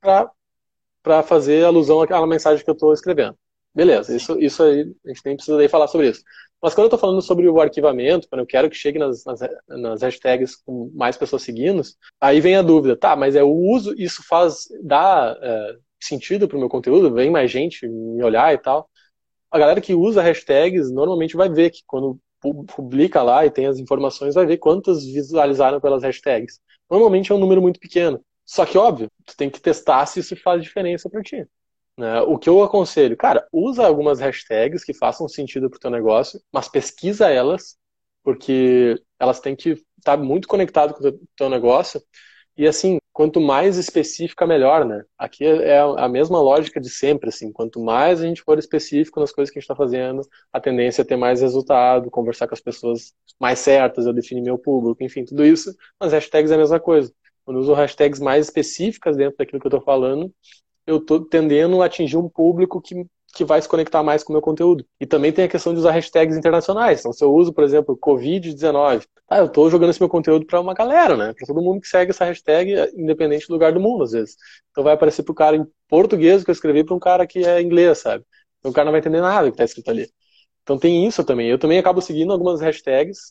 para fazer alusão àquela mensagem que eu estou escrevendo. Beleza, isso, isso aí, a gente nem precisa daí falar sobre isso. Mas quando eu estou falando sobre o arquivamento, quando eu quero que chegue nas, nas, nas hashtags com mais pessoas seguindo, aí vem a dúvida, tá, mas é o uso, isso faz, dá é, sentido para o meu conteúdo? Vem mais gente me olhar e tal? A galera que usa hashtags normalmente vai ver que quando publica lá e tem as informações, vai ver quantas visualizaram pelas hashtags. Normalmente é um número muito pequeno. Só que, óbvio, tu tem que testar se isso faz diferença para ti. Né? O que eu aconselho, cara, usa algumas hashtags que façam sentido pro teu negócio, mas pesquisa elas, porque elas têm que estar muito conectado com o teu, teu negócio. E assim, quanto mais específica, melhor, né? Aqui é a mesma lógica de sempre, assim, quanto mais a gente for específico nas coisas que a gente está fazendo, a tendência é ter mais resultado, conversar com as pessoas mais certas, eu definir meu público, enfim, tudo isso. Mas hashtags é a mesma coisa. Quando eu uso hashtags mais específicas dentro daquilo que eu estou falando, eu tô tendendo a atingir um público que, que vai se conectar mais com o meu conteúdo. E também tem a questão de usar hashtags internacionais. Então, se eu uso, por exemplo, covid dezenove, tá, eu tô jogando esse meu conteúdo para uma galera, né? Para todo mundo que segue essa hashtag, independente do lugar do mundo, às vezes. Então vai aparecer pro cara em português que eu escrevi para um cara que é inglês, sabe? Então o cara não vai entender nada do que tá escrito ali. Então tem isso também. Eu também acabo seguindo algumas hashtags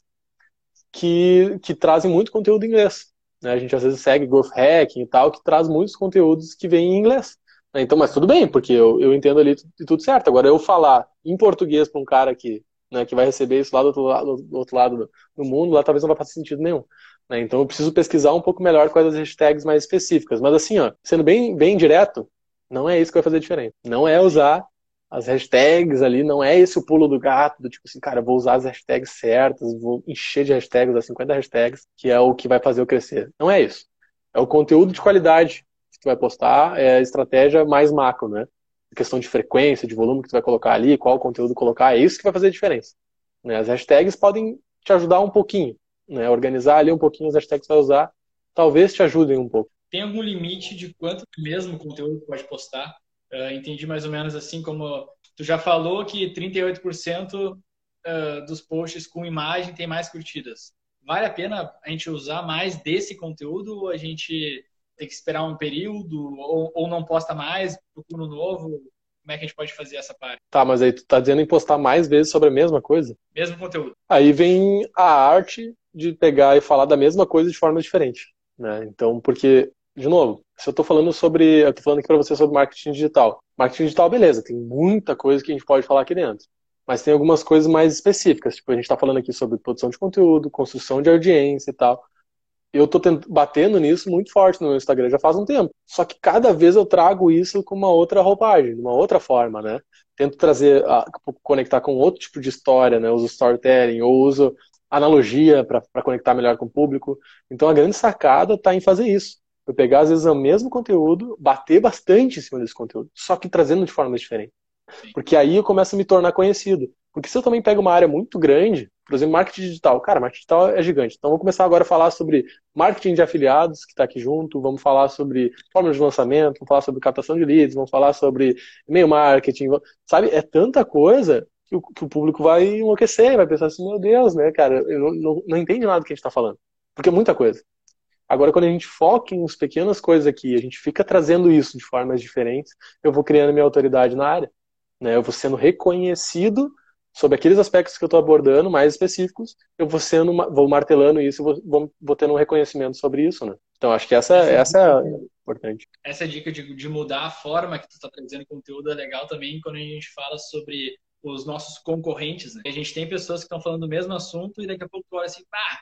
que, que trazem muito conteúdo em inglês. Né? A gente às vezes segue Growth Hacking e tal, que traz muitos conteúdos que vêm em inglês. Né? Então, mas tudo bem, porque eu, eu entendo ali tudo, tudo certo. Agora, eu falar em português para um cara que, né, que vai receber isso lá do outro lado, do outro lado do, do mundo, lá talvez não vai fazer sentido nenhum. Né? Então eu preciso pesquisar um pouco melhor quais as hashtags mais específicas. Mas assim, ó, sendo bem, bem direto, não é isso que vai fazer diferença. Não é usar as hashtags ali, não é esse o pulo do gato, do tipo assim, cara, vou usar as hashtags certas, vou encher de hashtags, as cinquenta hashtags, que é o que vai fazer eu crescer. Não é isso. É o conteúdo de qualidade que tu vai postar, é a estratégia mais macro, né? A questão de frequência, de volume que tu vai colocar ali, qual conteúdo colocar, é isso que vai fazer a diferença. Né? As hashtags podem te ajudar um pouquinho, né? Organizar ali um pouquinho as hashtags que você vai usar, talvez te ajudem um pouco. Tem algum limite de quanto mesmo conteúdo tu pode postar? Uh, entendi mais ou menos assim, como tu já falou que trinta e oito por cento uh, dos posts com imagem tem mais curtidas. Vale a pena a gente usar mais desse conteúdo ou a gente tem que esperar um período ou, ou não posta mais, procura um novo? Como é que a gente pode fazer essa parte? Tá, mas aí tu tá dizendo em postar mais vezes sobre a mesma coisa? Mesmo conteúdo. Aí vem a arte de pegar e falar da mesma coisa de forma diferente. Né? Então, porque, de novo, se eu tô falando sobre, eu tô falando aqui para você sobre marketing digital. Marketing digital, beleza, tem muita coisa que a gente pode falar aqui dentro. Mas tem algumas coisas mais específicas. Tipo, a gente tá falando aqui sobre produção de conteúdo, construção de audiência e tal. Eu tô tent... batendo nisso muito forte no meu Instagram já faz um tempo. Só que cada vez eu trago isso com uma outra roupagem, de uma outra forma, né? Tento trazer, a... conectar com outro tipo de história, né? Uso storytelling, ou uso analogia para conectar melhor com o público. Então a grande sacada tá em fazer isso. Eu pegar, às vezes, o mesmo conteúdo, bater bastante em cima desse conteúdo, só que trazendo de forma diferente. Porque aí eu começo a me tornar conhecido. Porque se eu também pego uma área muito grande, por exemplo, marketing digital. Cara, marketing digital é gigante. Então, vamos começar agora a falar sobre marketing de afiliados, que está aqui junto. Vamos falar sobre fórmulas de lançamento, vamos falar sobre captação de leads, vamos falar sobre e-mail marketing. Sabe, é tanta coisa que o, que o público vai enlouquecer, vai pensar assim, meu Deus, né, cara, eu não, não, não entende nada do que a gente está falando. Porque é muita coisa. Agora, quando a gente foca em as pequenas coisas aqui, a gente fica trazendo isso de formas diferentes, eu vou criando minha autoridade na área. Né? Eu vou sendo reconhecido sobre aqueles aspectos que eu estou abordando, mais específicos, eu vou sendo, vou martelando isso e vou, vou, vou tendo um reconhecimento sobre isso, né? Então, acho que essa, essa, essa é importante. Essa dica de, de mudar a forma que tu está trazendo conteúdo é legal também quando a gente fala sobre os nossos concorrentes, né? A gente tem pessoas que estão falando do mesmo assunto e daqui a pouco tu olha assim, pá,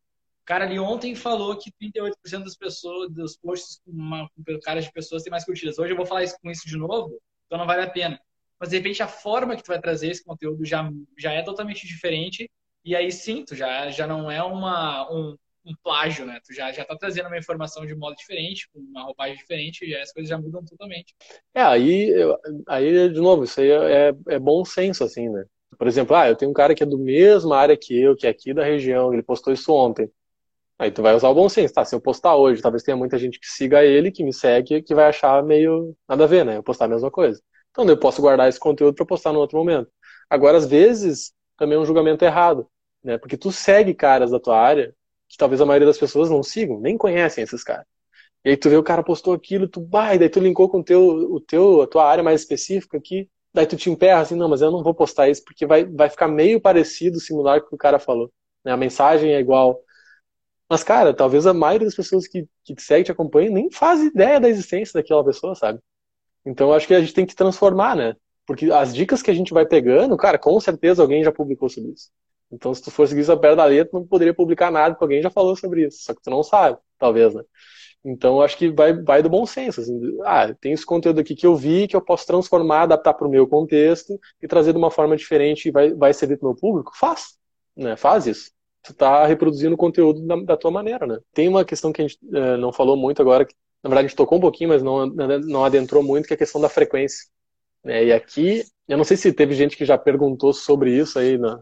o cara ali ontem falou que trinta e oito por cento das pessoas, dos posts com, uma, com caras de pessoas tem mais curtidas. Hoje eu vou falar isso, com isso de novo, então não vale a pena. Mas, de repente, a forma que tu vai trazer esse conteúdo já, já é totalmente diferente. E aí, sim, tu já, já não é uma, um, um plágio, né? Tu já, já tá trazendo uma informação de modo diferente, com uma roupagem diferente, e as coisas já mudam totalmente. É, aí, aí de novo, isso aí é, é bom senso, assim, né? Por exemplo, ah, eu tenho um cara que é do mesma área que eu, que é aqui da região, ele postou isso ontem. Aí tu vai usar o bom senso, tá? Se eu postar hoje, talvez tenha muita gente que siga ele, que me segue, que vai achar meio nada a ver, né? Eu postar a mesma coisa. Então eu posso guardar esse conteúdo para postar no outro momento. Agora, às vezes, também é um julgamento errado, né? Porque tu segue caras da tua área que talvez a maioria das pessoas não sigam, nem conhecem esses caras. E aí tu vê o cara postou aquilo, tu vai, daí tu linkou com o teu, o teu, a tua área mais específica aqui, daí tu te emperra assim, não, mas eu não vou postar isso porque vai, vai ficar meio parecido, similar com o que o cara falou. Né? A mensagem é igual. Mas, cara, talvez a maioria das pessoas que, que te segue, te acompanha, nem faz ideia da existência daquela pessoa, sabe? Então, eu acho que a gente tem que transformar, né? Porque as dicas que a gente vai pegando, cara, com certeza alguém já publicou sobre isso. Então, se tu for seguir isso a pé da letra, não poderia publicar nada, porque alguém já falou sobre isso. Só que tu não sabe, talvez, né? Então, eu acho que vai, vai do bom senso. Assim, ah, tem esse conteúdo aqui que eu vi, que eu posso transformar, adaptar para o meu contexto e trazer de uma forma diferente e vai, vai servir para o meu público? Faz, né? Faz isso. Tu tá reproduzindo o conteúdo da, da tua maneira, né? Tem uma questão que a gente uh, não falou muito agora, que na verdade a gente tocou um pouquinho, mas não, não adentrou muito, que é a questão da frequência. Né? E aqui, eu não sei se teve gente que já perguntou sobre isso aí na,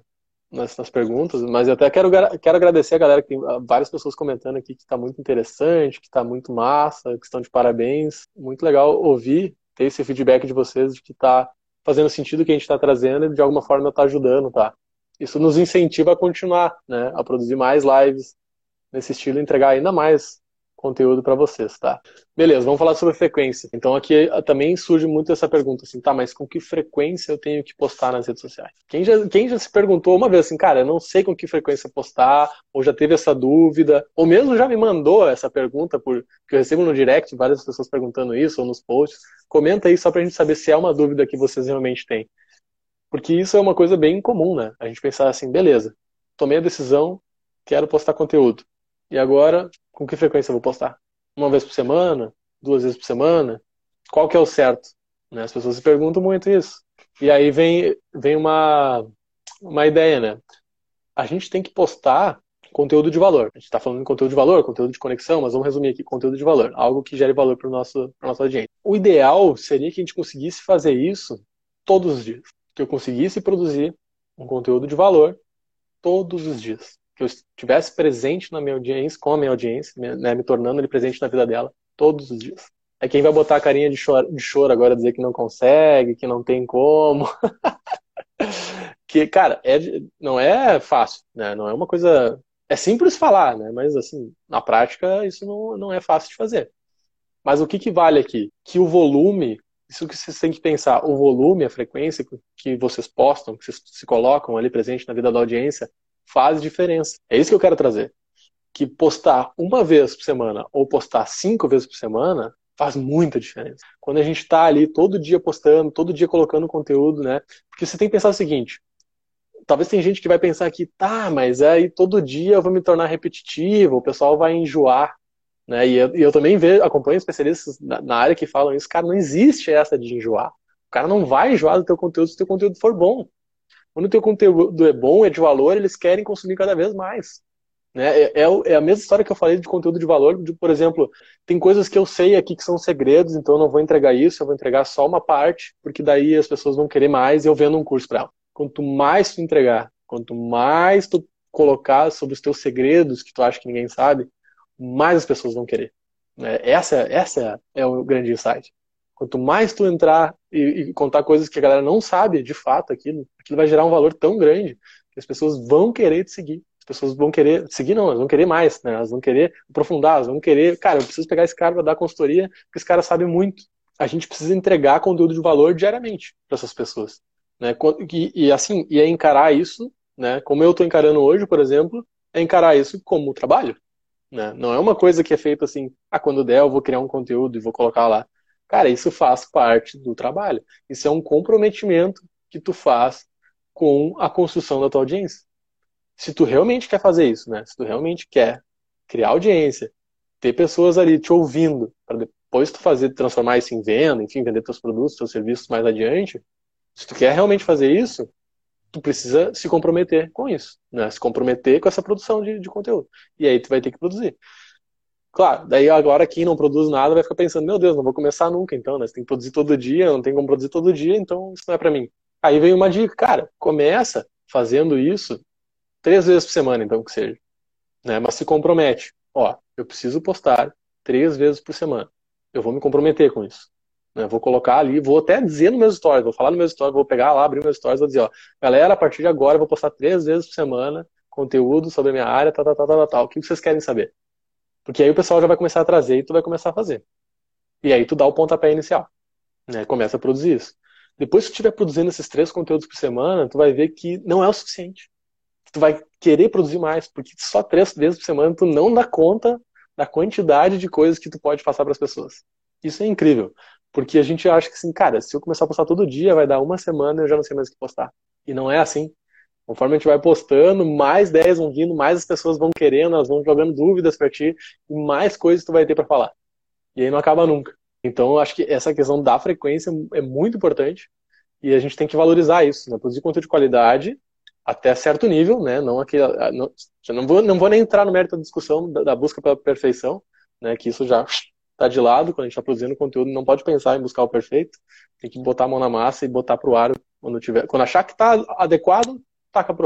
nas, nas perguntas, mas eu até quero, quero agradecer a galera, que tem várias pessoas comentando aqui que está muito interessante, que está muito massa, que estão de parabéns. Muito legal ouvir, ter esse feedback de vocês, de que está fazendo sentido o que a gente está trazendo e de alguma forma está ajudando, tá? Isso nos incentiva a continuar, né? A produzir mais lives nesse estilo e entregar ainda mais conteúdo para vocês, tá? Beleza, vamos falar sobre frequência. Então aqui também surge muito essa pergunta, assim, tá, mas com que frequência eu tenho que postar nas redes sociais? Quem já, quem já se perguntou uma vez assim, cara, eu não sei com que frequência postar, ou já teve essa dúvida, ou mesmo já me mandou essa pergunta, por, que eu recebo no direct várias pessoas perguntando isso, ou nos posts, comenta aí só pra gente saber se é uma dúvida que vocês realmente têm. Porque isso é uma coisa bem comum, né? A gente pensar assim, beleza, tomei a decisão, quero postar conteúdo. E agora, com que frequência eu vou postar? Uma vez por semana? Duas vezes por semana? Qual que é o certo? Né? As pessoas se perguntam muito isso. E aí vem, vem uma, uma ideia, né? A gente tem que postar conteúdo de valor. A gente está falando de conteúdo de valor, conteúdo de conexão, mas vamos resumir aqui, conteúdo de valor. Algo que gere valor para a nossa audiência. O ideal seria que a gente conseguisse fazer isso todos os dias. Que eu conseguisse produzir um conteúdo de valor todos os dias. Que eu estivesse presente na minha audiência, com a minha audiência, né, me tornando ele presente na vida dela todos os dias. É quem vai botar a carinha de choro, de choro agora, dizer que não consegue, que não tem como. Que, cara, é, não é fácil, né? Não é uma coisa... É simples falar, né? Mas, assim, na prática, isso não, não é fácil de fazer. Mas o que, que vale aqui? Que o volume... Isso que vocês têm que pensar, o volume, a frequência que vocês postam, que vocês se colocam ali presente na vida da audiência, faz diferença. É isso que eu quero trazer. Que postar uma vez por semana ou postar cinco vezes por semana faz muita diferença. Quando a gente está ali todo dia postando, todo dia colocando conteúdo, né? Porque você tem que pensar o seguinte, talvez tem gente que vai pensar aqui, tá, mas aí todo dia eu vou me tornar repetitivo, o pessoal vai enjoar. Né? E, eu, e eu também vejo, acompanho especialistas na, na área que falam isso, cara, não existe essa de enjoar. O cara não vai enjoar do teu conteúdo se o teu conteúdo for bom. Quando o teu conteúdo é bom, é de valor, eles querem consumir cada vez mais. Né? É, é, é a mesma história que eu falei de conteúdo de valor, de, por exemplo, tem coisas que eu sei aqui que são segredos, então eu não vou entregar isso, eu vou entregar só uma parte, porque daí as pessoas vão querer mais e eu vendo um curso para elas. Quanto mais tu entregar, quanto mais tu colocar sobre os teus segredos que tu acha que ninguém sabe, mais as pessoas vão querer. Essa, essa é o grande insight. Quanto mais tu entrar e, e contar coisas que a galera não sabe, de fato, aquilo, aquilo vai gerar um valor tão grande que as pessoas vão querer te seguir. As pessoas vão querer, seguir não, elas vão querer mais, né? Elas vão querer aprofundar, elas vão querer, cara, eu preciso pegar esse cara para dar consultoria, porque esse cara sabe muito. A gente precisa entregar conteúdo de valor diariamente para essas pessoas. Né? E, e assim, e é encarar isso, né? Como eu estou encarando hoje, por exemplo, é encarar isso como trabalho. Né? Não é uma coisa que é feita assim, ah, quando der eu vou criar um conteúdo e vou colocar lá. Cara, isso faz parte do trabalho. Isso é um comprometimento que tu faz com a construção da tua audiência. Se tu realmente quer fazer isso, né? Se tu realmente quer criar audiência, ter pessoas ali te ouvindo, para depois tu fazer, transformar isso em venda, enfim, vender teus produtos, teus serviços mais adiante, se tu quer realmente fazer isso, tu precisa se comprometer com isso, né? Se comprometer com essa produção de, de conteúdo. E aí tu vai ter que produzir. Claro, daí agora quem não produz nada vai ficar pensando, meu Deus, não vou começar nunca então, né? Você tem que produzir todo dia, não tem como produzir todo dia, então isso não é pra mim. Aí vem uma dica, cara, começa fazendo isso três vezes por semana, então, que seja. Né? Mas se compromete. Ó, eu preciso postar três vezes por semana. Eu vou me comprometer com isso. Né? Vou colocar ali, vou até dizer no meus stories, vou falar no meus stories, vou pegar lá, abrir meus stories, vou dizer, ó, galera, a partir de agora eu vou postar três vezes por semana conteúdo sobre a minha área, tal, tal, tal, tal, tal. O que vocês querem saber? Porque aí o pessoal já vai começar a trazer e tu vai começar a fazer. E aí tu dá o pontapé inicial. Né? Começa a produzir isso. Depois que tu estiver produzindo esses três conteúdos por semana, tu vai ver que não é o suficiente. Tu vai querer produzir mais, porque só três vezes por semana tu não dá conta da quantidade de coisas que tu pode passar para as pessoas. Isso é incrível. Porque a gente acha que assim, cara, se eu começar a postar todo dia, vai dar uma semana e eu já não sei mais o que postar. E não é assim. Conforme a gente vai postando, mais ideias vão vindo, mais as pessoas vão querendo, elas vão jogando dúvidas para ti, e mais coisas tu vai ter para falar. E aí não acaba nunca. Então eu acho que essa questão da frequência é muito importante, e a gente tem que valorizar isso, né? Produzir conteúdo de qualidade até certo nível, né? Não aquele, não, não, vou, não vou nem entrar no mérito da discussão da, da busca pela perfeição, né? Que isso já está de lado, quando a gente está produzindo conteúdo, não pode pensar em buscar o perfeito, tem que botar a mão na massa e botar para o ar quando tiver. Quando achar que está adequado, taca pro ar.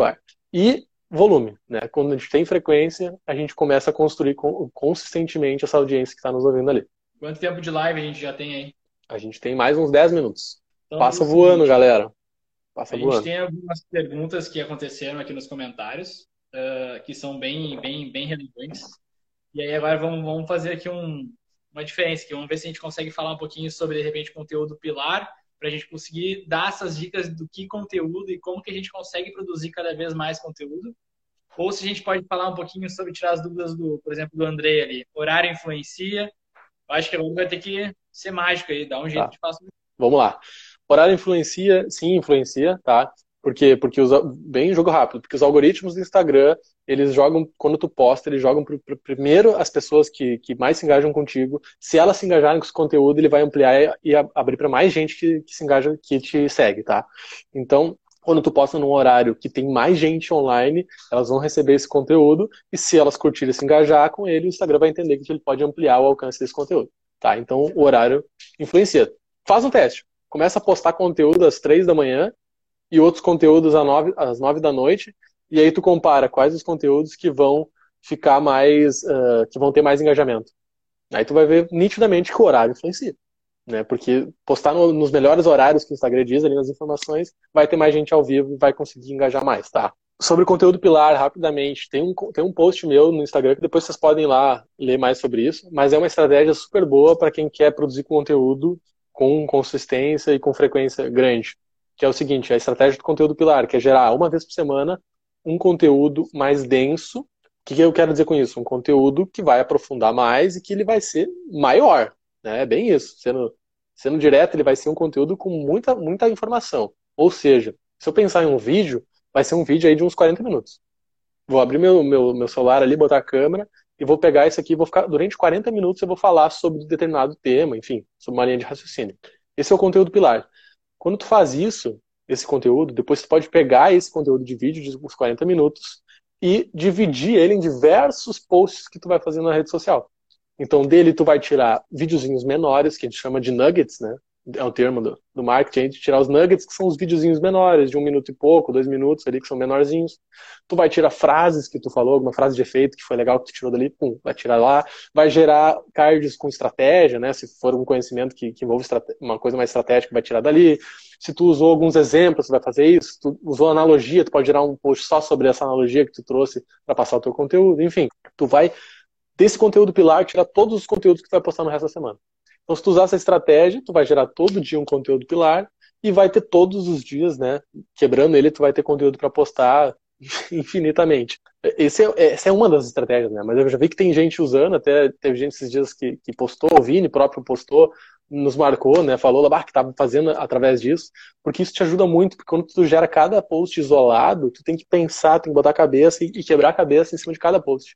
e volume, né? Quando a gente tem frequência, a gente começa a construir consistentemente essa audiência que está nos ouvindo ali. Quanto tempo de live a gente já tem aí? A gente tem mais uns dez minutos. Então, Passa é voando, seguinte, galera. Passa a voando. gente tem algumas perguntas que aconteceram aqui nos comentários, uh, que são bem, bem, bem relevantes. E aí agora vamos, vamos fazer aqui um, uma diferença, que vamos ver se a gente consegue falar um pouquinho sobre, de repente, conteúdo pilar, para a gente conseguir dar essas dicas do que conteúdo e como que a gente consegue produzir cada vez mais conteúdo. Ou se a gente pode falar um pouquinho sobre tirar as dúvidas, do, por exemplo, do Andrei ali. Horário influencia. Eu acho que agora vai ter que ser mágico aí, dar um jeito Tá. de fazer. Vamos lá. Horário influencia, sim, influencia, tá? Porque, porque os, bem jogo rápido, porque os algoritmos do Instagram, eles jogam, quando tu posta, eles jogam pro, pro, primeiro as pessoas que, que mais se engajam contigo. Se elas se engajarem com esse conteúdo, ele vai ampliar e, e abrir para mais gente que, que se engaja, que te segue, tá? Então, quando tu posta num horário que tem mais gente online, elas vão receber esse conteúdo, e se elas curtirem e se engajar com ele, o Instagram vai entender que ele pode ampliar o alcance desse conteúdo, tá? Então, o horário influencia. Faz um teste. Começa a postar conteúdo às três da manhã e outros conteúdos às nove, às nove da noite, e aí tu compara quais os conteúdos que vão ficar mais, uh, que vão ter mais engajamento. Aí tu vai ver nitidamente que o horário influencia, né? Porque postar no, nos melhores horários que o Instagram diz ali nas informações, vai ter mais gente ao vivo e vai conseguir engajar mais, tá? Sobre conteúdo pilar, rapidamente, tem um, tem um post meu no Instagram que depois vocês podem ir lá ler mais sobre isso, mas é uma estratégia super boa para quem quer produzir conteúdo com consistência e com frequência grande, que é o seguinte, a estratégia do conteúdo pilar, que é gerar uma vez por semana um conteúdo mais denso. O que, que eu quero dizer com isso? Um conteúdo que vai aprofundar mais e que ele vai ser maior, né? É bem isso. Sendo, sendo direto, ele vai ser um conteúdo com muita, muita informação. Ou seja, se eu pensar em um vídeo, vai ser um vídeo aí de uns quarenta minutos. Vou abrir meu, meu, meu celular ali, botar a câmera, e vou pegar isso aqui e vou ficar, durante quarenta minutos eu vou falar sobre determinado tema, enfim, sobre uma linha de raciocínio. Esse é o conteúdo pilar. Quando tu faz isso, esse conteúdo, depois tu pode pegar esse conteúdo de vídeo de uns quarenta minutos e dividir ele em diversos posts que tu vai fazer na rede social. Então dele tu vai tirar videozinhos menores, que a gente chama de nuggets, né? É o termo do, do marketing, a gente tirar os nuggets, que são os videozinhos menores, de um minuto e pouco, dois minutos ali, que são menorzinhos. Tu vai tirar frases que tu falou, alguma frase de efeito que foi legal que tu tirou dali, pum, vai tirar lá. Vai gerar cards com estratégia, né? Se for um conhecimento que, que envolve uma coisa mais estratégica, vai tirar dali. Se tu usou alguns exemplos, tu vai fazer isso. Se tu usou analogia, tu pode gerar um post só sobre essa analogia que tu trouxe para passar o teu conteúdo. Enfim, tu vai, desse conteúdo pilar, tirar todos os conteúdos que tu vai postar no resto da semana. Então, se tu usar essa estratégia, tu vai gerar todo dia um conteúdo pilar e vai ter todos os dias, né? Quebrando ele, tu vai ter conteúdo para postar infinitamente. Esse é, essa é uma das estratégias, né? Mas eu já vi que tem gente usando, até teve gente esses dias que, que postou, o Vini próprio postou, nos marcou, né? Falou lá que estava fazendo através disso, porque isso te ajuda muito, porque quando tu gera cada post isolado, tu tem que pensar, tem que botar a cabeça e, e quebrar a cabeça em cima de cada post.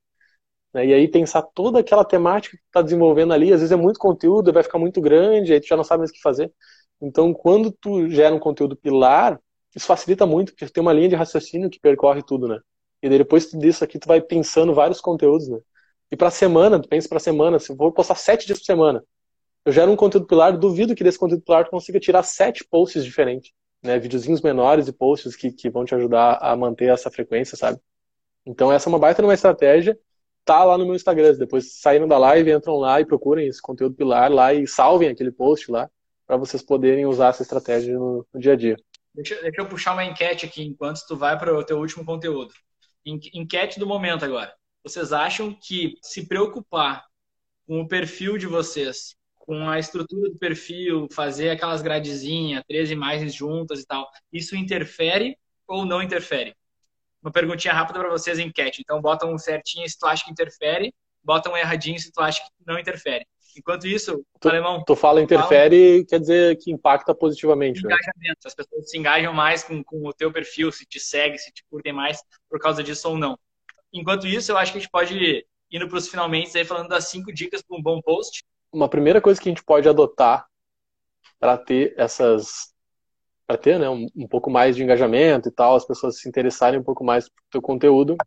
E aí pensar toda aquela temática que tu tá desenvolvendo ali, às vezes é muito conteúdo, vai ficar muito grande, aí tu já não sabe mais o que fazer. Então, quando tu gera um conteúdo pilar, isso facilita muito, porque tu tem uma linha de raciocínio que percorre tudo, né? E daí depois disso aqui, tu vai pensando vários conteúdos, né? E pra semana, tu pensa pra semana, se eu vou postar sete dias por semana, eu gero um conteúdo pilar, duvido que desse conteúdo pilar tu consiga tirar sete posts diferentes, né? Videozinhos menores e posts que, que vão te ajudar a manter essa frequência, sabe? Então essa é uma baita numa estratégia. Tá lá no meu Instagram, depois saíram da live, entram lá e procurem esse conteúdo pilar lá e salvem aquele post lá para vocês poderem usar essa estratégia no, no dia a dia. Deixa, deixa eu puxar uma enquete aqui enquanto tu vai para o teu último conteúdo. Enquete do momento agora. Vocês acham que se preocupar com o perfil de vocês, com a estrutura do perfil, fazer aquelas gradezinhas, três imagens juntas e tal, isso interfere ou não interfere? Uma perguntinha rápida para vocês, enquete. Então, bota um certinho se tu acha que interfere, bota um erradinho se tu acha que não interfere. Enquanto isso, tu, alemão... Tu fala interfere, fala, quer dizer que impacta positivamente. Engajamento. Né? As pessoas se engajam mais com, com o teu perfil, se te segue, se te curtem mais por causa disso ou não. Enquanto isso, eu acho que a gente pode ir indo para os finalmente, aí falando das cinco dicas para um bom post. Uma primeira coisa que a gente pode adotar para ter essas... para ter, né, um, um pouco mais de engajamento e tal, as pessoas se interessarem um pouco mais pelo teu conteúdo,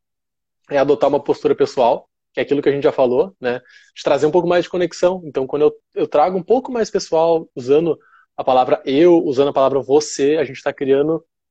é adotar uma postura pessoal, que é aquilo que a gente já falou, né, de trazer um pouco mais de conexão. Então, quando eu, eu trago um pouco mais pessoal, usando a palavra eu, usando a palavra você, a gente está criando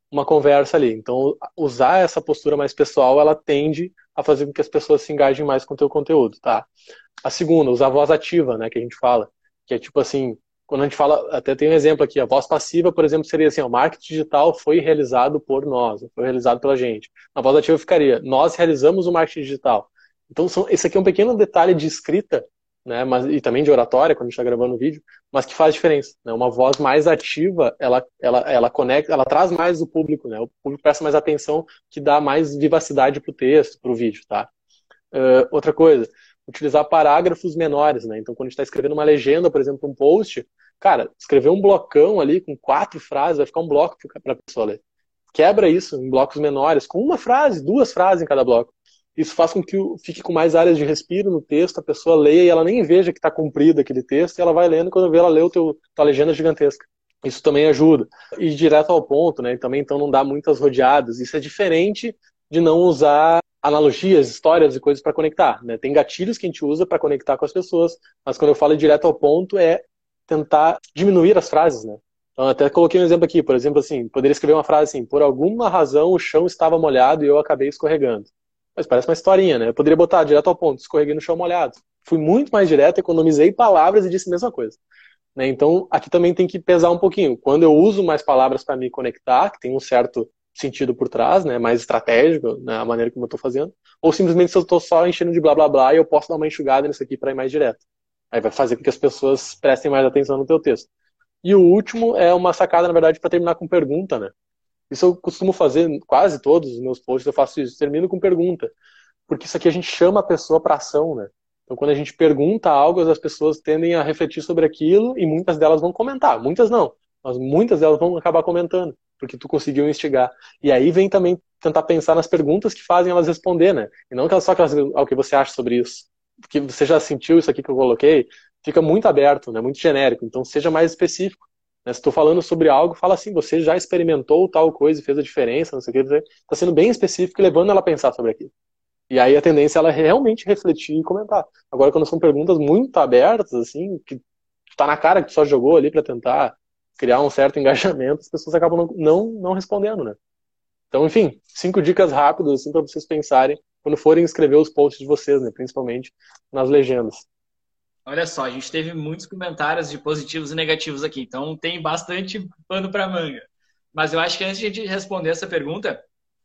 uma conversa ali. Então, usar essa postura mais pessoal, ela tende a fazer com que as pessoas se engajem mais com o teu conteúdo, tá? A segunda, usar a voz ativa, né, que a gente fala, que é tipo assim, quando a gente fala, até tem um exemplo aqui, a voz passiva, por exemplo, seria assim, o marketing digital foi realizado por nós, foi realizado pela gente. Na voz ativa ficaria, nós realizamos o marketing digital. Então, são, esse aqui é um pequeno detalhe de escrita, né, mas, e também de oratória, quando a gente está gravando o vídeo, mas que faz diferença, né? Uma voz mais ativa, ela, ela, ela conecta, ela traz mais o público, né? O público presta mais atenção, que dá mais vivacidade pro texto, pro vídeo, tá? Uh, outra coisa, utilizar parágrafos menores, né? Então, quando a gente está escrevendo uma legenda, por exemplo, um post, cara, escrever um blocão ali com quatro frases, vai ficar um bloco para a pessoa ler. Quebra isso em blocos menores, com uma frase, duas frases em cada bloco. Isso faz com que fique com mais áreas de respiro no texto, a pessoa leia e ela nem veja que está comprido aquele texto, e ela vai lendo e quando vê, ela lê o teu, tua legenda gigantesca. Isso também ajuda. E direto ao ponto, né? E também então não dá muitas rodeadas. Isso é diferente de não usar analogias, histórias e coisas para conectar, né? Tem gatilhos que a gente usa para conectar com as pessoas, mas quando eu falo direto ao ponto é tentar diminuir as frases, né? Então, até coloquei um exemplo aqui, por exemplo, assim, poderia escrever uma frase assim, por alguma razão o chão estava molhado e eu acabei escorregando. Mas parece uma historinha, né? Eu poderia botar direto ao ponto, escorreguei no chão molhado. Fui muito mais direto, economizei palavras e disse a mesma coisa. Né? Então, aqui também tem que pesar um pouquinho. Quando eu uso mais palavras para me conectar, que tem um certo sentido por trás, né? Mais estratégico, né? A maneira como eu estou fazendo, ou simplesmente se eu estou só enchendo de blá blá blá e eu posso dar uma enxugada nisso aqui para ir mais direto. Aí vai fazer com que as pessoas prestem mais atenção no teu texto. E o último é uma sacada, na verdade, para terminar com pergunta, né? Isso eu costumo fazer quase todos os meus posts, eu faço isso, termino com pergunta. Porque isso aqui a gente chama a pessoa para ação, né? Então quando a gente pergunta algo, as pessoas tendem a refletir sobre aquilo e muitas delas vão comentar. Muitas não, mas muitas delas vão acabar comentando, porque tu conseguiu instigar. E aí vem também tentar pensar nas perguntas que fazem elas responder, né? E não só aquelas, ah, o que você acha sobre isso. Porque você já sentiu isso aqui que eu coloquei, fica muito aberto, né? Muito genérico. Então seja mais específico. Se estou falando sobre algo, fala assim, você já experimentou tal coisa e fez a diferença, não sei o que, está sendo bem específico e levando ela a pensar sobre aquilo. E aí a tendência é ela realmente refletir e comentar. Agora, quando são perguntas muito abertas, assim, que está na cara que tu só jogou ali para tentar criar um certo engajamento, as pessoas acabam não, não, não respondendo, né? Então, enfim, cinco dicas rápidas, assim, para vocês pensarem quando forem escrever os posts de vocês, né? Principalmente nas legendas. Olha só, a gente teve muitos comentários de positivos e negativos aqui, então tem bastante pano para manga. Mas eu acho que antes de a gente responder essa pergunta,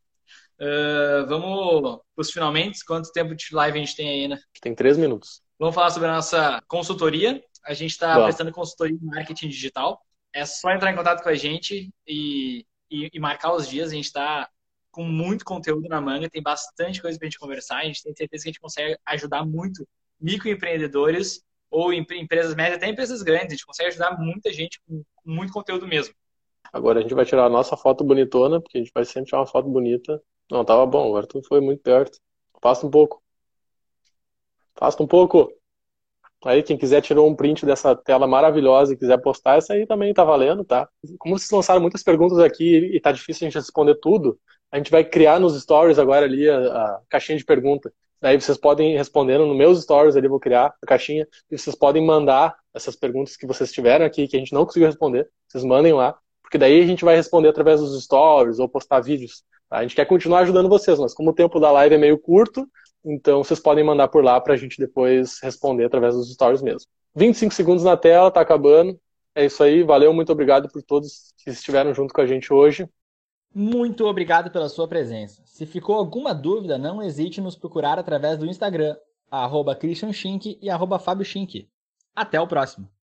uh, vamos para os finalmente. Quanto tempo de live a gente tem aí, né? Tem três minutos. Vamos falar sobre a nossa consultoria. A gente está prestando consultoria em marketing digital. É só entrar em contato com a gente e, e, e marcar os dias. A gente está com muito conteúdo na manga, tem bastante coisa para a gente conversar. A gente tem certeza que a gente consegue ajudar muito microempreendedores ou empresas médias, até empresas grandes. A gente consegue ajudar muita gente com, com muito conteúdo mesmo. Agora a gente vai tirar a nossa foto bonitona, porque a gente vai sempre tirar uma foto bonita. Não, tava bom, agora tu foi muito perto. Afasta um pouco. Afasta um pouco. Aí, quem quiser tirou um print dessa tela maravilhosa e quiser postar, essa aí também tá valendo, tá? Como vocês lançaram muitas perguntas aqui e tá difícil a gente responder tudo, a gente vai criar nos stories agora ali a, a caixinha de pergunta. Daí vocês podem ir respondendo nos meus stories ali, vou criar a caixinha, e vocês podem mandar essas perguntas que vocês tiveram aqui, que a gente não conseguiu responder, vocês mandem lá, porque daí a gente vai responder através dos stories ou postar vídeos. Tá? A gente quer continuar ajudando vocês, mas como o tempo da live é meio curto, então vocês podem mandar por lá pra gente depois responder através dos stories mesmo. vinte e cinco segundos na tela, tá acabando. É isso aí, valeu, muito obrigado por todos que estiveram junto com a gente hoje. Muito obrigado pela sua presença. Se ficou alguma dúvida, não hesite em nos procurar através do Instagram, arroba Christian Schink e arroba Fábio Schink. Até o próximo!